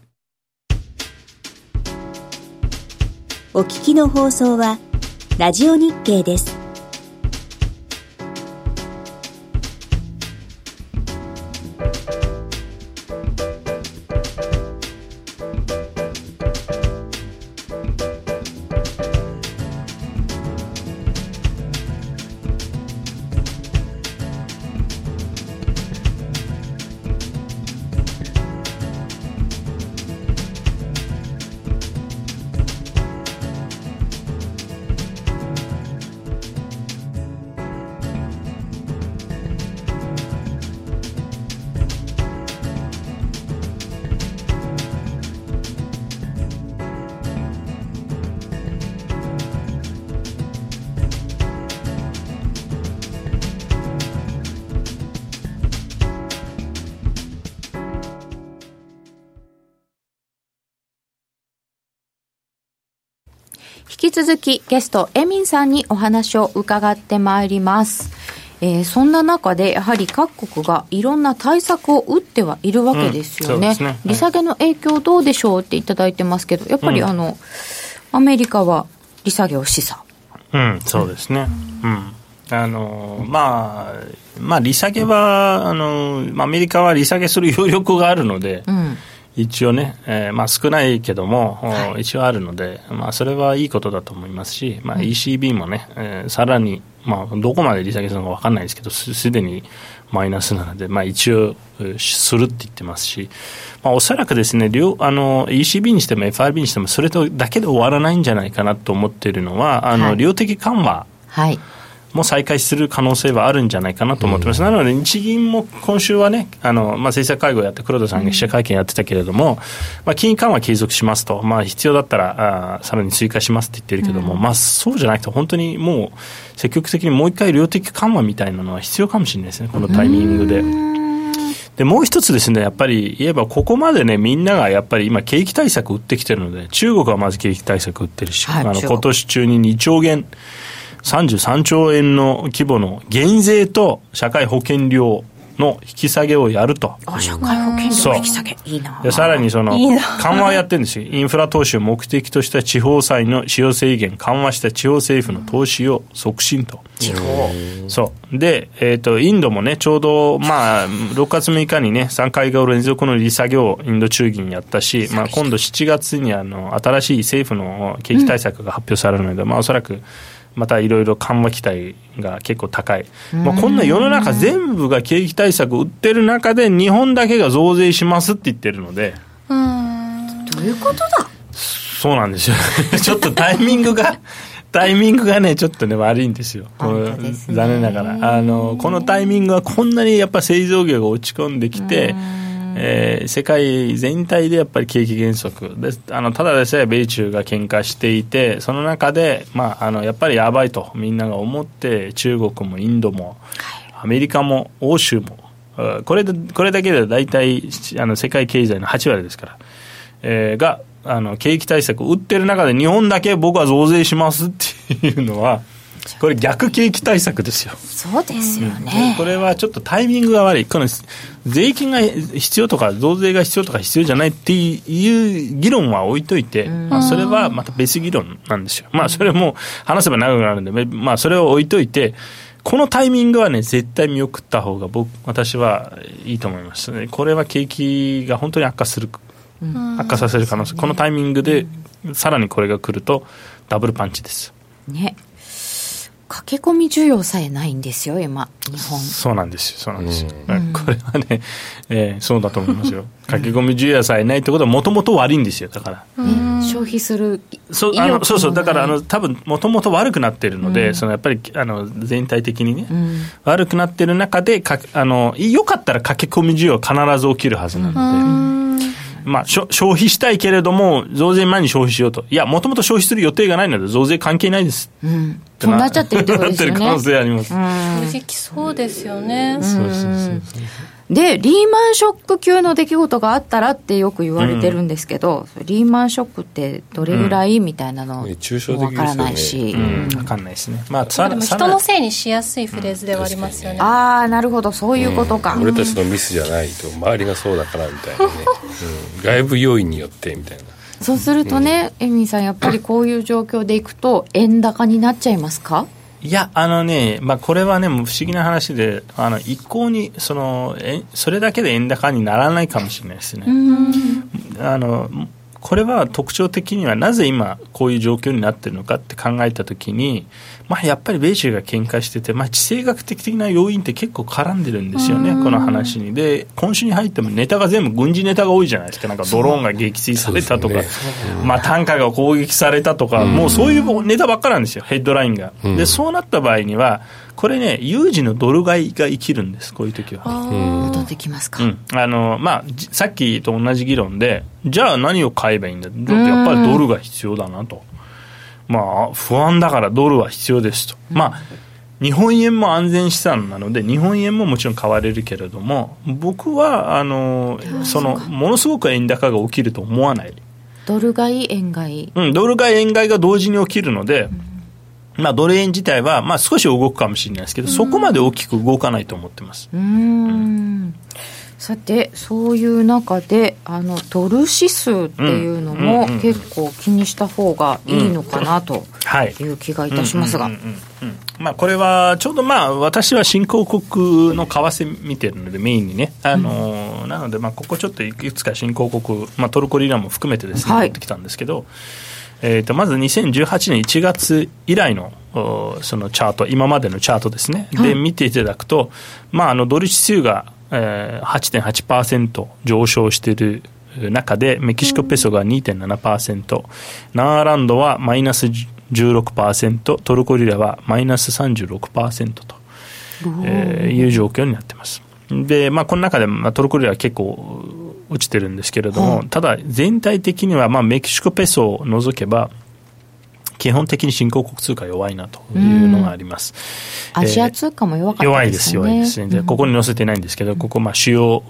お聞きの放送はラジオ日経です。 引き続きゲストエミンさんにお話を伺ってまいります。そんな中でやはり各国がいろんな対策を打ってはいるわけですよね。利下げの影響どうでしょうっていただいてますけど、やっぱりアメリカは利下げを示唆。 そうですね。利下げはアメリカは利下げする余力があるので、一応ね、少ないけども、一応あるので、それはいいことだと思いますし、ECB もね、さらに、どこまで利下げするのか分かんないですけど、すでにマイナスなので、一応するって言ってますし、おそらくですね、ECB にしても FRB にしてもそれだけで終わらないんじゃないかなと思っているのは、量的緩和、も再開する可能性はあるんじゃないかなと思ってます。なので日銀も今週はね、政策会合やって黒田さんが記者会見やってたけれども、金融緩和継続しますと、必要だったらさらに追加しますって言ってるけども、そうじゃなくて本当にもう積極的にもう一回量的緩和みたいなのは必要かもしれないですね、このタイミングで。でもう一つですね、やっぱり言えばここまでね、みんながやっぱり今景気対策を打ってきてるので、中国はまず景気対策を打ってるし、今年中に2兆元33兆円の規模の減税と社会保険料の引き下げをやると。 社会保険料の引き下げいいな。 でさらに緩和をやってるんですよ。インフラ投資を目的とした地方債の使用制限緩和した地方政府の投資を促進と。そうで、インドもね、ちょうど6月6日にね、3回連続の利下げをインド中銀やったし、今度7月に新しい政府の景気対策が発表されるので、おそらくまたいろいろ緩和期待が結構高い。こんな世の中全部が景気対策を売ってる中で日本だけが増税しますって言ってるので、 どういうことだ。 そうなんですよちょっとタイミングがねちょっとね悪いんですよ。残念ながらこのタイミングはこんなにやっぱ製造業が落ち込んできて、世界全体でやっぱり景気減速で、ただでさえ米中が喧嘩していて、その中で、やっぱりやばいとみんなが思って、中国もインドもアメリカも欧州もこれだけで大体世界経済の8割ですから、が景気対策を打ってる中で日本だけ僕は増税しますっていうのはこれ逆景気対策ですよ。 そうですよね、 これはちょっとタイミングが悪い。この税金が必要とか増税が必要とか必要じゃないっていう議論は置いといて、それはまた別議論なんですよ。それも話せば長くなるんで、それを置いといて、このタイミングはね絶対見送った方が私はいいと思います。これは景気が本当に悪化させる可能性、このタイミングでさらにこれが来るとダブルパンチですね。駆け込み需要さえないんですよ今日本。 そうなんですよ、これはね、そうだと思いますよ駆け込み需要さえないってことはもともと悪いんですよ。だから、 消費するそうだから多分もともと悪くなっているので、やっぱり全体的にね、悪くなっている中でよかったら駆け込み需要は必ず起きるはずなので、消費したいけれども増税前に消費しようと、いやもともと消費する予定がないので増税関係ないです、 そうなっちゃってるってことですよね。 可能性あります。 正直そうですよね。 でリーマンショック級の出来事があったらってよく言われてるんですけど、リーマンショックってどれぐらいみたいなの分からないし、 分かんないですね。 でも人のせいにしやすいフレーズではありますよね。 なるほど、そういうことか。 俺たちのミスじゃないと、周りがそうだからみたいなね、外部要因によってみたいな。 そうするとね、エミンさんやっぱりこういう状況でいくと円高になっちゃいますか？ いやこれはねもう不思議な話で、一向にそれだけで円高にならないかもしれないですね。これは特徴的にはなぜ今こういう状況になっているのかって考えたときに、やっぱり米中が喧嘩してて、地政学的な要因って結構絡んでるんですよね、この話に。で今週に入ってもネタが全部軍事ネタが多いじゃないですか。なんかドローンが撃墜されたとか、タンカーが攻撃されたとか、もうそういうネタばっかなんですよ、ヘッドラインが。でそうなった場合にはこれね、有事のドル買いが生きるんです、こういう時は。 戻ってきますか。 さっきと同じ議論で、じゃあ何を買えばいいんだ、やっぱりドルが必要だなと。不安だからドルは必要ですと。日本円も安全資産なので日本円ももちろん買われるけれども、僕はものすごく円高が起きると思わない。 ドル買い円買い、 ドル買い円買いが同時に起きるので、ドル円自体は少し動くかもしれないですけど、そこまで大きく動かないと思ってます。 さてそういう中でドル指数っていうのも結構気にした方がいいのかなという気がいたしますが、 これはちょうど私は新興国の為替見てるのでメインにね、なのでここちょっといくつか新興国、トルコリラも含めてですね、持ってきたんですけど、まず2018年1月以来のそのチャート、今までのチャートですね、で見ていただくと、ドル指数が8.8% 上昇している中で、メキシコペソが 2.7%、ナーランドはマイナス 16%、トルコリラはマイナス 36% という状況になっています。で、この中でトルコリラは結構落ちてるんですけれども、ただ全体的にはメキシコペソを除けば基本的に新興国通貨弱いなというのがあります。 アジア通貨も弱かったですよね。 弱いですね。でここに載せてないんですけど、ここ主要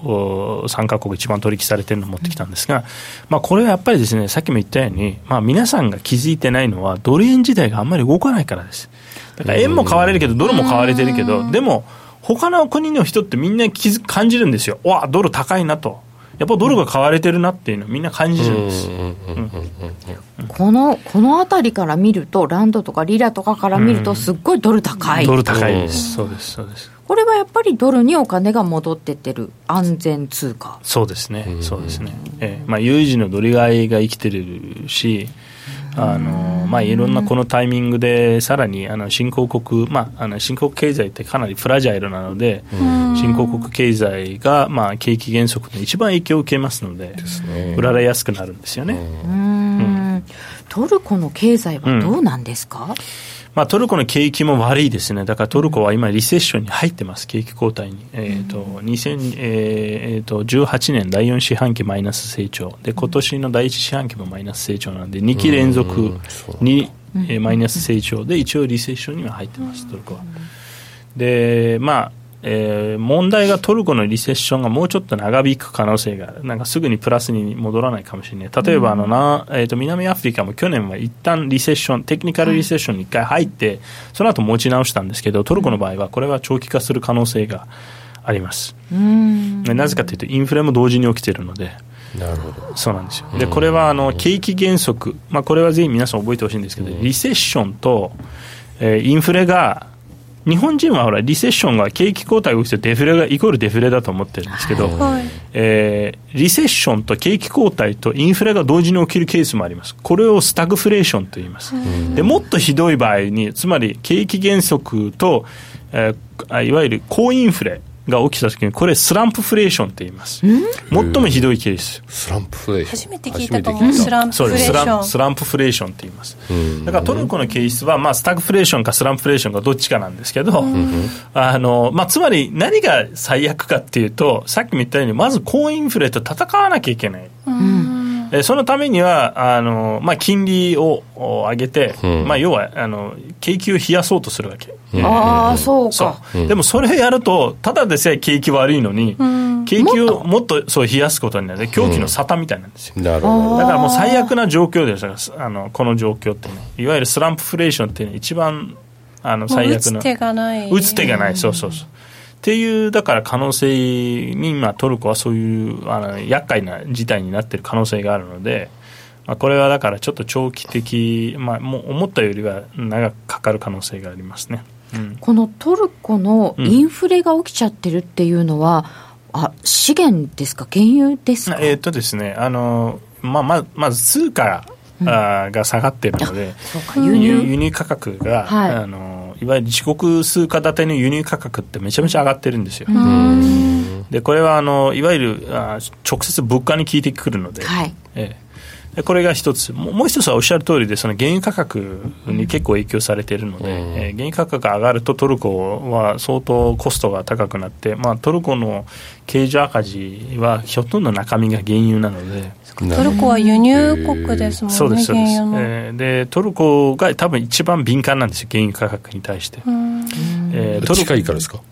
3カ国一番取引されているのを持ってきたんですが、これはやっぱりですね、さっきも言ったように、皆さんが気づいてないのはドル円自体があんまり動かないからです。だから円も買われるけどドルも買われてるけど、でも他の国の人ってみんな感じるんですよ。わあドル高いなと、やっぱドルが買われてるなっていうのをみんな感じるんです。 この辺りから見ると、ランドとかリラとかから見るとすっごいドル高い、 ドル高いです。そうですそうです。 これはやっぱりドルにお金が戻ってってる安全通貨。 そうですね、そうですね。有事のドル買いが生きてるし、いろんなこのタイミングでさらに新興国、新興国経済ってかなりフラジャイルなので、新興国経済が景気減速の一番影響を受けますので、売られやすくなるんですよね。 トルコの経済はどうなんですか？ トルコの景気も悪いですね。だからトルコは今リセッションに入ってます。景気後退に、2018年第4四半期マイナス成長で、今年の第1四半期もマイナス成長なので2期連続にマイナス成長で、一応リセッションには入ってますトルコは。で問題がトルコのリセッションがもうちょっと長引く可能性がある。なんかすぐにプラスに戻らないかもしれない。例えば南アフリカも去年は一旦リセッション、テクニカルリセッションに一回入って、その後持ち直したんですけど、トルコの場合はこれは長期化する可能性があります。なぜかというとインフレも同時に起きているので。 なるほど。 そうなんですよ。でこれは景気減速、これはぜひ皆さん覚えてほしいんですけど、リセッションと、インフレが、日本人はほらリセッションが景気後退が起きてデフレがイコールデフレだと思ってるんですけど、リセッションと景気後退とインフレが同時に起きるケースもあります。これをスタグフレーションと言います。でもっとひどい場合に、つまり景気減速と、いわゆる高インフレが起きたときに、これスランプフレーションと言います。最もひどいケース。 スランプフレーション、 初めて聞いたかも。スランプフレーション、 スランプフレーションと言います。だからトルコのケースは、スタグフレーションかスランプフレーションかどっちかなんですけど、つまり何が最悪かっていうと、さっきも言ったようにまず高インフレと戦わなきゃいけない。そのためには金利を上げて、要は景気を冷やそうとするわけ。 そうか。 でもそれやるとただでさえ景気悪いのに、景気をもっと冷やすことになる。狂気の沙汰みたいなんですよ。だからもう最悪な状況です。この状況ってね、いわゆるスランプフレーションって、ね、一番最悪な、 打つ手がない、 打つ手がない。そうっていう、だから可能性に今トルコはそういう厄介な事態になっている可能性があるので、これはだからちょっと長期的、もう思ったよりは長くかかる可能性がありますね。 このトルコのインフレが起きちゃってるっていうのは、資源ですか、原油ですか？ ですね、まず通貨が下がっているので、輸入価格が、いわゆる自国通貨建ての輸入価格ってめちゃめちゃ上がってるんですよ。でこれはいわゆる直接物価に効いてくるので、でこれが一つ。もう一つはおっしゃる通りで、その原油価格に結構影響されているので、原油価格が上がるとトルコは相当コストが高くなって、トルコの経常赤字はほとんど中身が原油なので、 トルコは輸入国ですもんね。 そうですそうです。 原油のでトルコが多分一番敏感なんですよ、原油価格に対して。 近いからですか？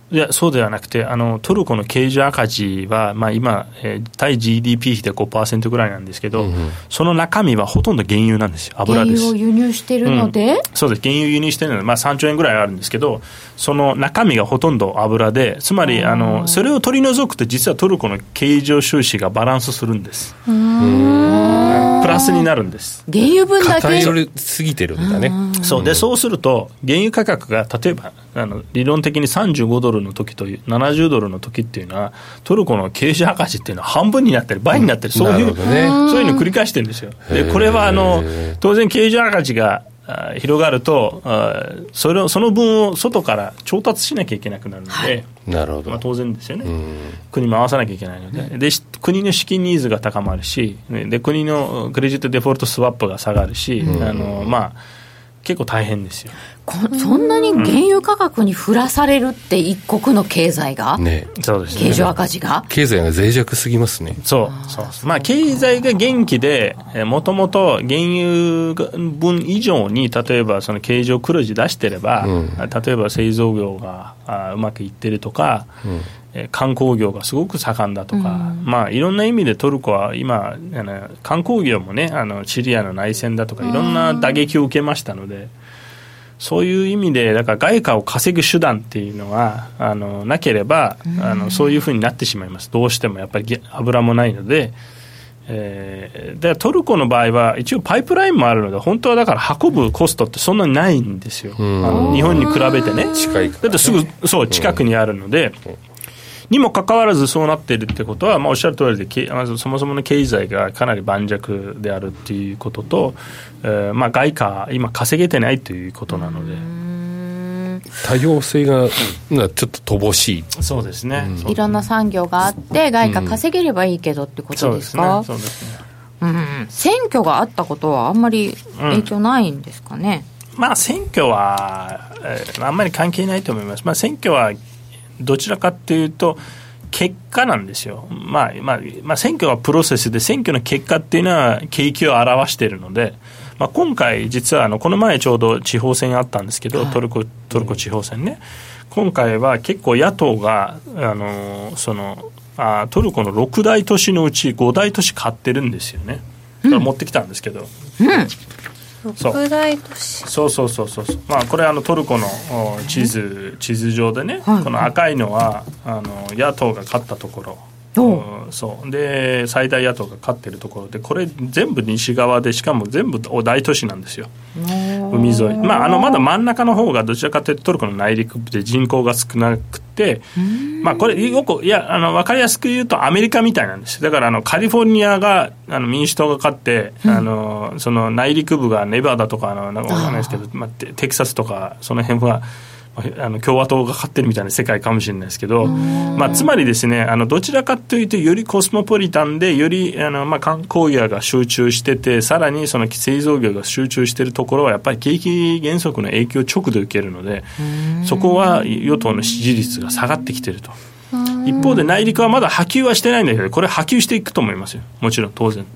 いやそうではなくてトルコの経常赤字は、今、対 GDP 比で 5% ぐらいなんですけど、その中身はほとんど原油なんですよ。油です。 原油を輸入しているので、 そうです。原油輸入しているので、3兆円ぐらいあるんですけど、その中身がほとんど油で、つまりそれを取り除くと実はトルコの経常収支がバランスするんです。プラスになるんです。 原油分だけ偏りすぎてるんだね。 そうで、そうすると原油価格が例えば理論的に35ドルの時と70ドルの時っていうのはトルコの経常赤字っていうのは半分になったり倍になったり、そういうのを繰り返してるんですよ。でこれは当然経常赤字が広がるとその分を外から調達しなきゃいけなくなるので、 なるほど、 当然ですよね。国回さなきゃいけないので、国の資金ニーズが高まるし、で国のクレジットデフォルトスワップが下がるし、結構大変ですよ。 そんなに原油価格に振らされるって一国の経済が、 そうですね、 経常赤字が経済が脆弱すぎますね。 そう、経済が元気でもともと原油分以上に例えばその経常黒字出してれば、例えば製造業がうまくいってるとか、観光業がすごく盛んだとか、いろんな意味でトルコは今観光業もねシリアの内戦だとかいろんな打撃を受けましたので、そういう意味でだから外貨を稼ぐ手段っていうのがなければそういうふうになってしまいます。どうしてもやっぱり油もないので、でトルコの場合は一応パイプラインもあるので本当はだから運ぶコストってそんなにないんですよ。日本に比べてね、 近いからね、 だってすぐ近くにあるので、にもかかわらずそうなっているってことは、おっしゃる通りでまずそもそもの経済がかなり盤石であるっていうことと、外貨今稼げてないということなので、 多様性がちょっと乏しい。 そうですね、 いろんな産業があって外貨稼げればいいけどってことですか。 そうですね。 選挙があったことはあんまり影響ないんですかね。 選挙は、あんまり関係ないと思います。選挙はどちらかというと結果なんですよ。選挙はプロセスで、選挙の結果っていうのは景気を表しているので、今回実はこの前ちょうど地方選あったんですけど、トルコ地方選ね、今回は結構野党がトルコの6大都市のうち5大都市買ってるんですよね。これ持ってきたんですけど、 6大都市、 そうこれトルコの地図上でね、この赤いのは野党が勝ったところ、そうで最大野党が勝ってるところで、これ全部西側で、しかも全部大都市なんですよ。海沿い、まだ真ん中の方がどちらかというとトルコの内陸部で人口が少なくて、これよく分かりやすく言うとアメリカみたいなんです。だからカリフォルニアが民主党が勝って、その内陸部がネバダとかなんか分からないですけど、テキサスとかその辺は共和党が勝ってるみたいな世界かもしれないですけど、つまりですね、どちらかというとよりコスモポリタンで、より観光業が集中してて、さらにその製造業が集中しているところはやっぱり景気減速の影響を直で受けるので、そこは与党の支持率が下がってきていると。一方で内陸はまだ波及はしてないんだけど、これ波及していくと思いますよ。もちろん当然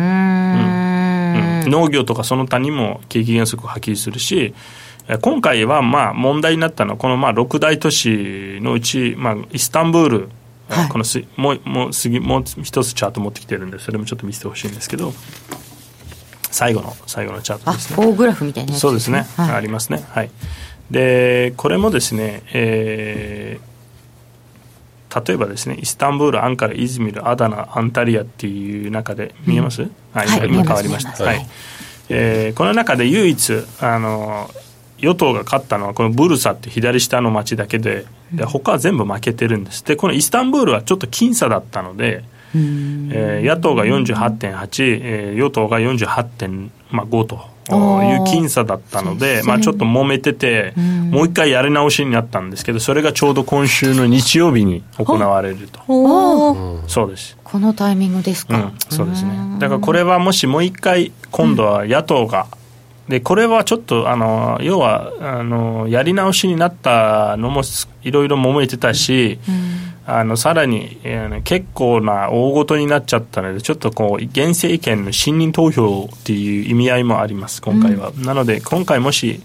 農業とかその他にも景気減速波及するし、今回は問題になったのはこの6大都市のうち、イスタンブール、このもう一つチャート持ってきてるんで、それもちょっと見せてほしいんですけど、最後のチャートですね。 棒グラフみたいなやつですね。 そうですね、ありますね。でこれもですね、例えばですね、イスタンブール、アンカラ、イズミル、アダナ、アンタリアっていう中で見えます？今変わりました。この中で唯一与党が勝ったのはこのブルサって左下の町だけで、他は全部負けてるんです。でこのイスタンブールはちょっと僅差だったので、野党が 48.8、与党が 48.5 という僅差だったので、ちょっと揉めてて、もう一回やり直しになったんですけど、それがちょうど今週の日曜日に行われると。そうです。 このタイミングですか。 そうですね。だからこれはもしもう一回今度は野党が、でこれはちょっと要はやり直しになったのもいろいろ揉めてたし、さらに結構な大ごとになっちゃったので、ちょっと現政権の信任投票っていう意味合いもあります今回は。なので今回もし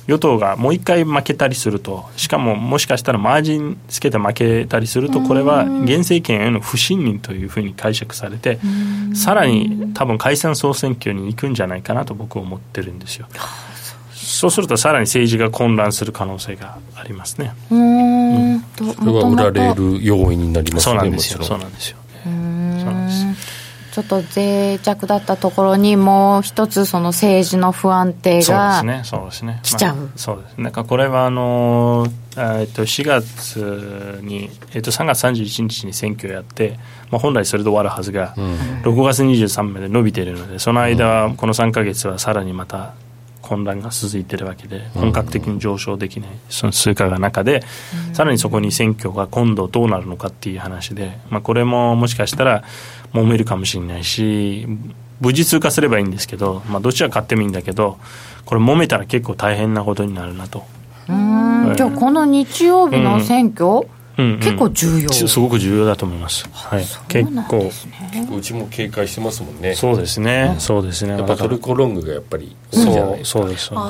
与党がもう一回負けたりすると、しかももしかしたらマージンつけて負けたりすると、これは現政権への不信任というふうに解釈されて、さらに多分解散総選挙に行くんじゃないかなと僕は思ってるんですよ。そうするとさらに政治が混乱する可能性がありますね。 それは売られる要因になりますね。 そうなんですよ。そうなんですよ。 ちょっと脆弱だったところにもう一つその政治の不安定が来ちゃう。 そうですね。なんかこれは4月に、3月31日に選挙をやって、本来それで終わるはずが、6月23日まで伸びているので、その間、この3ヶ月はさらにまた混乱が続いているわけで、本格的に上昇できないその数かが中で、さらにそこに選挙が今度どうなるのかっていう話で、これももしかしたら揉めるかもしれないし、無事通過すればいいんですけど、どちら勝ってもいいんだけど、これ揉めたら結構大変なことになるなと。 じゃあこの日曜日の選挙、結構重要、 すごく重要だと思います。はい、結構うちも警戒してますもんね。 そうですね、そうですね。 やっぱトルコロングがやっぱり多いじゃないですか。 そうです。為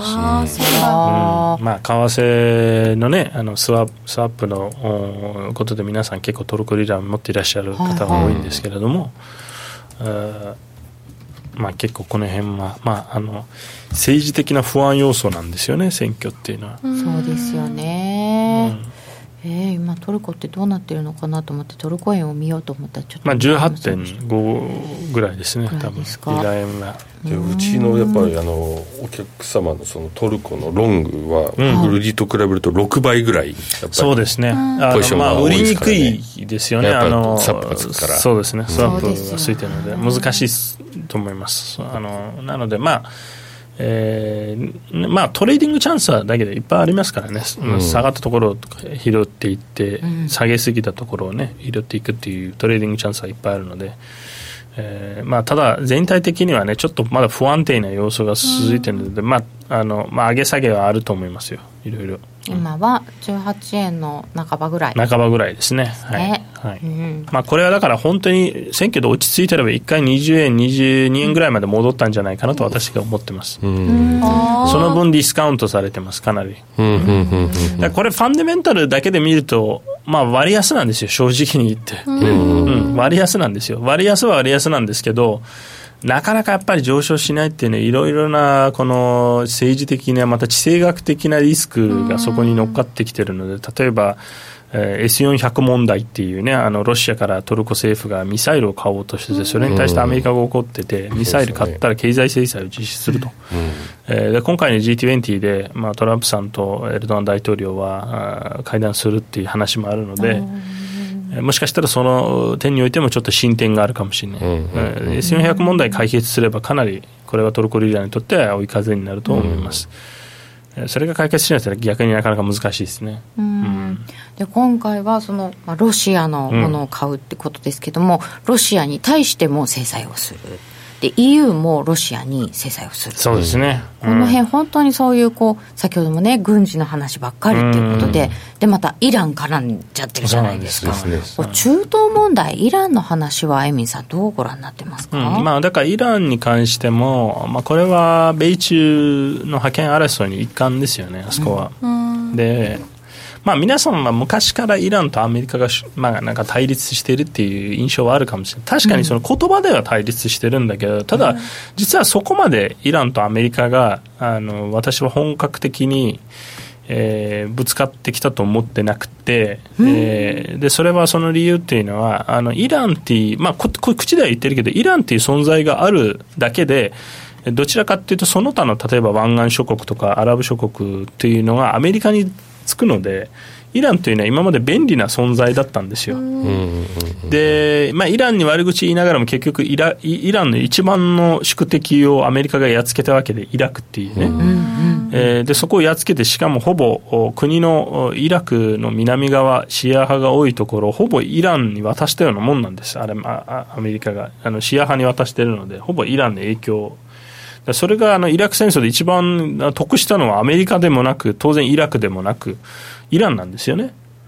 替のね、スワップのことで皆さん結構トルコリラ持っていらっしゃる方が多いんですけれども、結構この辺は、政治的な不安要素なんですよね、選挙っていうのは。 そうですよね。今トルコってどうなってるのかなと思ってトルコ円を見ようと思ったらちょっと 18.5 ぐらいですね、多分2台目は。 うちのやっぱりお客様のそのトルコのロングは売りと比べると6倍ぐらいやっぱりそうですね。売りにくいですよね。 やっぱスワップがつくから。 そうですね、スワップがついてるので難しいと思います。なのでトレーディングチャンスはだけでいっぱいありますからね、下がったところを拾っていって、下げすぎたところをね拾っていくっていうトレーディングチャンスはいっぱいあるので、ただ全体的にはねちょっとまだ不安定な要素が続いているので、上げ下げはあると思いますよ、いろいろ。 今は18円の半ばぐらいですね。これはだから本当に選挙で落ち着いてれば1回20円22円ぐらいまで戻ったんじゃないかなと私が思ってます。その分ディスカウントされてます、かなり。これファンダメンタルだけで見ると割安なんですよ、正直に言って。割安なんですよ。割安は割安なんですけど、なかなかやっぱり上昇しないっていうのはいろいろなこの政治的なまた地政学的なリスクがそこに乗っかってきてるので、例えばS400 問題っていうね、ロシアからトルコ政府がミサイルを買おうとしてて、それに対してアメリカが怒ってて、ミサイル買ったら経済制裁を実施すると。で今回の G20 で、トランプさんとエルドアン大統領は会談するっていう話もあるので、もしかしたらその点においてもちょっと進展があるかもしれない。S400 問題解決すればかなりこれはトルコリラにとっては追い風になると思います。それが解決しないと逆になかなか難しいですね。 で今回はその、ロシアのものを買うってことですけども、ロシアに対しても制裁をする。で EU もロシアに制裁をする。 そうですね。 この辺本当にそういう先ほどもね軍事の話ばっかりっていうことで、でまたイラン絡んじゃってるじゃないですか。中東問題、イランの話はエミンさんどうご覧になってますか？ だからイランに関しても、これは米中の覇権争いに一環ですよね、あそこは。で皆さんは昔からイランとアメリカが、なんか対立しているっていう印象はあるかもしれない。確かにその言葉では対立してるんだけど、ただ実はそこまでイランとアメリカが私は本格的に、ぶつかってきたと思ってなくて、でそれはその理由っていうのはイランっていう、口では言ってるけどイランっていう存在があるだけで、どちらかっていうとその他の例えば湾岸諸国とかアラブ諸国っていうのがアメリカにつくので、イランというのは今まで便利な存在だったんですよ。で、イランに悪口言いながらも結局イランの一番の宿敵をアメリカがやっつけたわけで、イラクっていうね。でそこをやっつけて、しかもほぼ国のイラクの南側シーア派が多いところをほぼイランに渡したようなもんなんです。アメリカがシーア派に渡しているので、ほぼイランの影響。それがイラク戦争で一番得したのはアメリカでもなく、当然イラクでもなくイランなんですよね。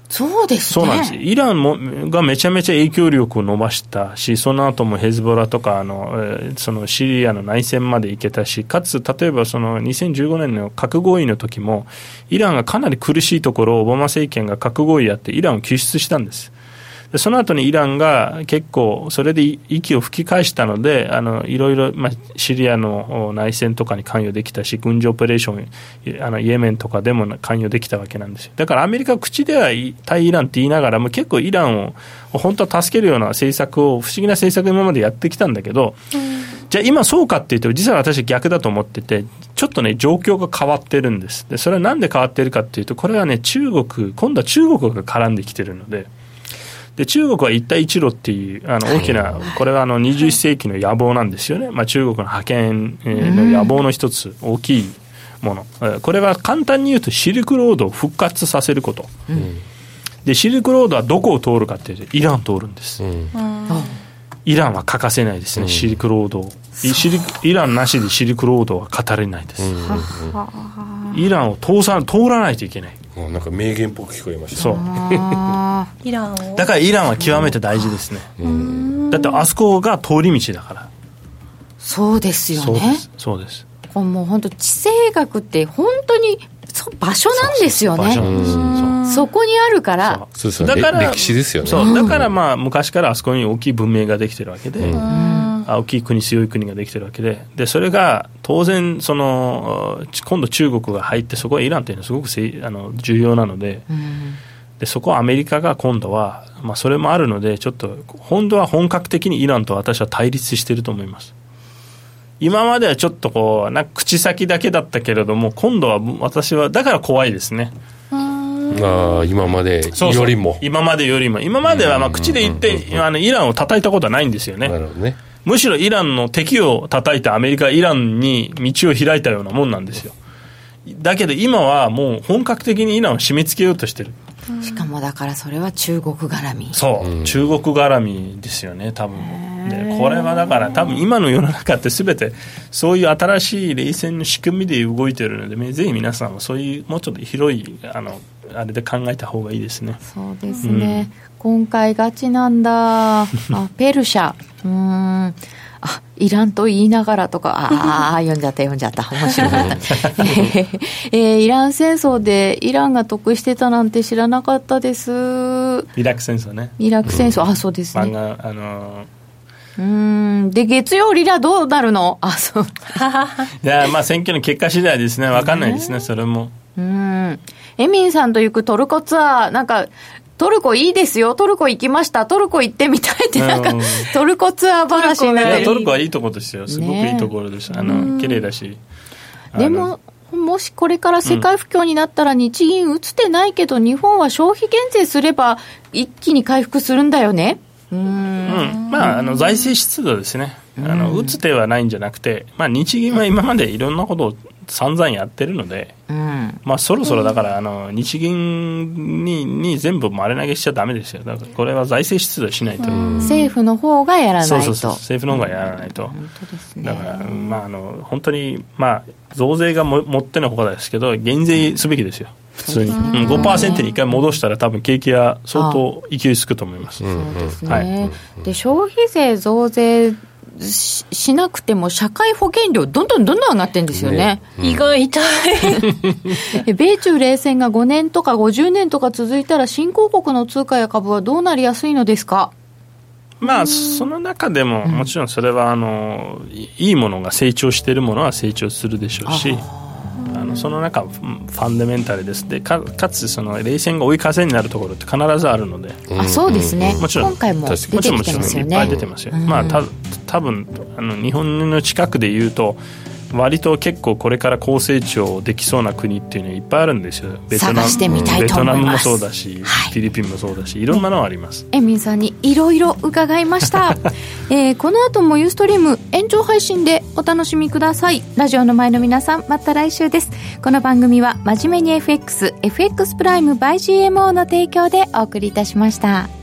そうですね。 そうなんです。イランもがめちゃめちゃ影響力を伸ばしたし、その後もヘズボラとかそのシリアの内戦まで行けたし、かつ例えばその2015年の核合意の時もイランがかなり苦しいところをオバマ政権が核合意やってイランを救出したんです。でその後にイランが結構それで息を吹き返したのでいろいろ、シリアの内戦とかに関与できたし、軍事オペレーションイエメンとかでも関与できたわけなんですよ。だからアメリカは口では対イランって言いながらも結構イランを本当は助けるような政策を、不思議な政策を今までやってきたんだけど、じゃあ今そうかっていうと実は私逆だと思ってて、ちょっとね状況が変わってるんです。でそれはなんで変わってるかっていうと、これはね今度は中国が絡んできてるので、中国は一帯一路っていう大きな、これは21世紀の野望なんですよね。中国の覇権の野望の一つ、大きいもの。これは簡単に言うとシルクロードを復活させること。でシルクロードはどこを通るかっていうとイランを通るんです。イランは欠かせないですね、シルクロードを。イランなしでシルクロードは語れないです。イランを通らないといけない。 なんか名言っぽく聞こえました。 そうイランをだからイランは極めて大事ですね。だってあそこが通り道だから。 そうですよね。 そうです。 もう本当地政学って本当に場所なんですよね。そこにあるから。 そうだから歴史ですよね。 そうだから昔からあそこに大きい文明ができてるわけで、大きい国、強い国ができてるわけで、それが当然今度中国が入って、そこはイランというのはすごく重要なので、でそこはアメリカが今度は、それもあるので、ちょっと本当は本格的にイランと私は対立していると思います。今まではちょっとなんか口先だけだったけれども、今度は私はだから怖いですね。 今までよりも。 今までは口で言ってイランを叩いたことはないんですよね。 なるほどね。 むしろイランの敵を叩いてアメリカはイランに道を開いたようなもんなんですよ。だけど今はもう本格的にイランを締め付けようとしてる。 しかもだからそれは中国絡み。 そう、中国絡みですよね多分。でこれはだから多分今の世の中って全てそういう新しい冷戦の仕組みで動いているので、ぜひ皆さんもそういうもうちょっと広いあれで考えた方がいいですね。 そうですね、今回ガチなんだ。ペルシャ、イランと言いながらとか、読んじゃった面白かったイラン戦争でイランが得してたなんて知らなかったです。 イラク戦争ね。 イラク戦争、そうですね。で月曜リラどうなるの？そういや選挙の結果次第ですね。分かんないですね、それも。 エミンさんと行くトルコツアー、なんかトルコいいですよ、トルコ行きました、トルコ行ってみたいって、なんかトルコツアー話になってる。 トルコはいいところですよ、すごくいいところです。綺麗だし。 でももしこれから世界不況になったら日銀打つてないけど、日本は消費減税すれば一気に回復するんだよね。 財政出動ですね。打つ手はないんじゃなくて、日銀は今までいろんなことを散々やってるので、そろそろだから日銀に全部丸投げしちゃダメですよ。だからこれは財政出動しないと。 政府の方がやらないと。 そう政府の方がやらないと。 本当ですね。 だから本当に増税がもってのほかですけど、減税すべきですよ。普通に 5% に1回戻したら多分景気は相当勢いつくと思います。 そうですね。で消費税増税しなくても社会保険料どんどん上がってるんですよね。 胃が痛い米中冷戦が5年とか50年とか続いたら新興国の通貨や株はどうなりやすいのですか？ その中でももちろんそれはいいものが成長しているものは成長するでしょうし、その中ファンダメンタルです。で かつ冷戦が追い風になるところって必ずあるので。 そうですね。 もちろん今回も出てきてますよね。 いっぱい出てますよ。多分日本の近くでいうと割と結構これから高成長できそうな国っていうのはいっぱいあるんですよ。 探してみたいと思います。 ベトナムもそうだし、フィリピンもそうだし、いろんなのあります。 エミンさんにいろいろ伺いました、この後もユーストリーム延長配信でお楽しみください。ラジオの前の皆さん、また来週です。この番組は真面目にFX プライム by GMO の提供でお送りいたしました。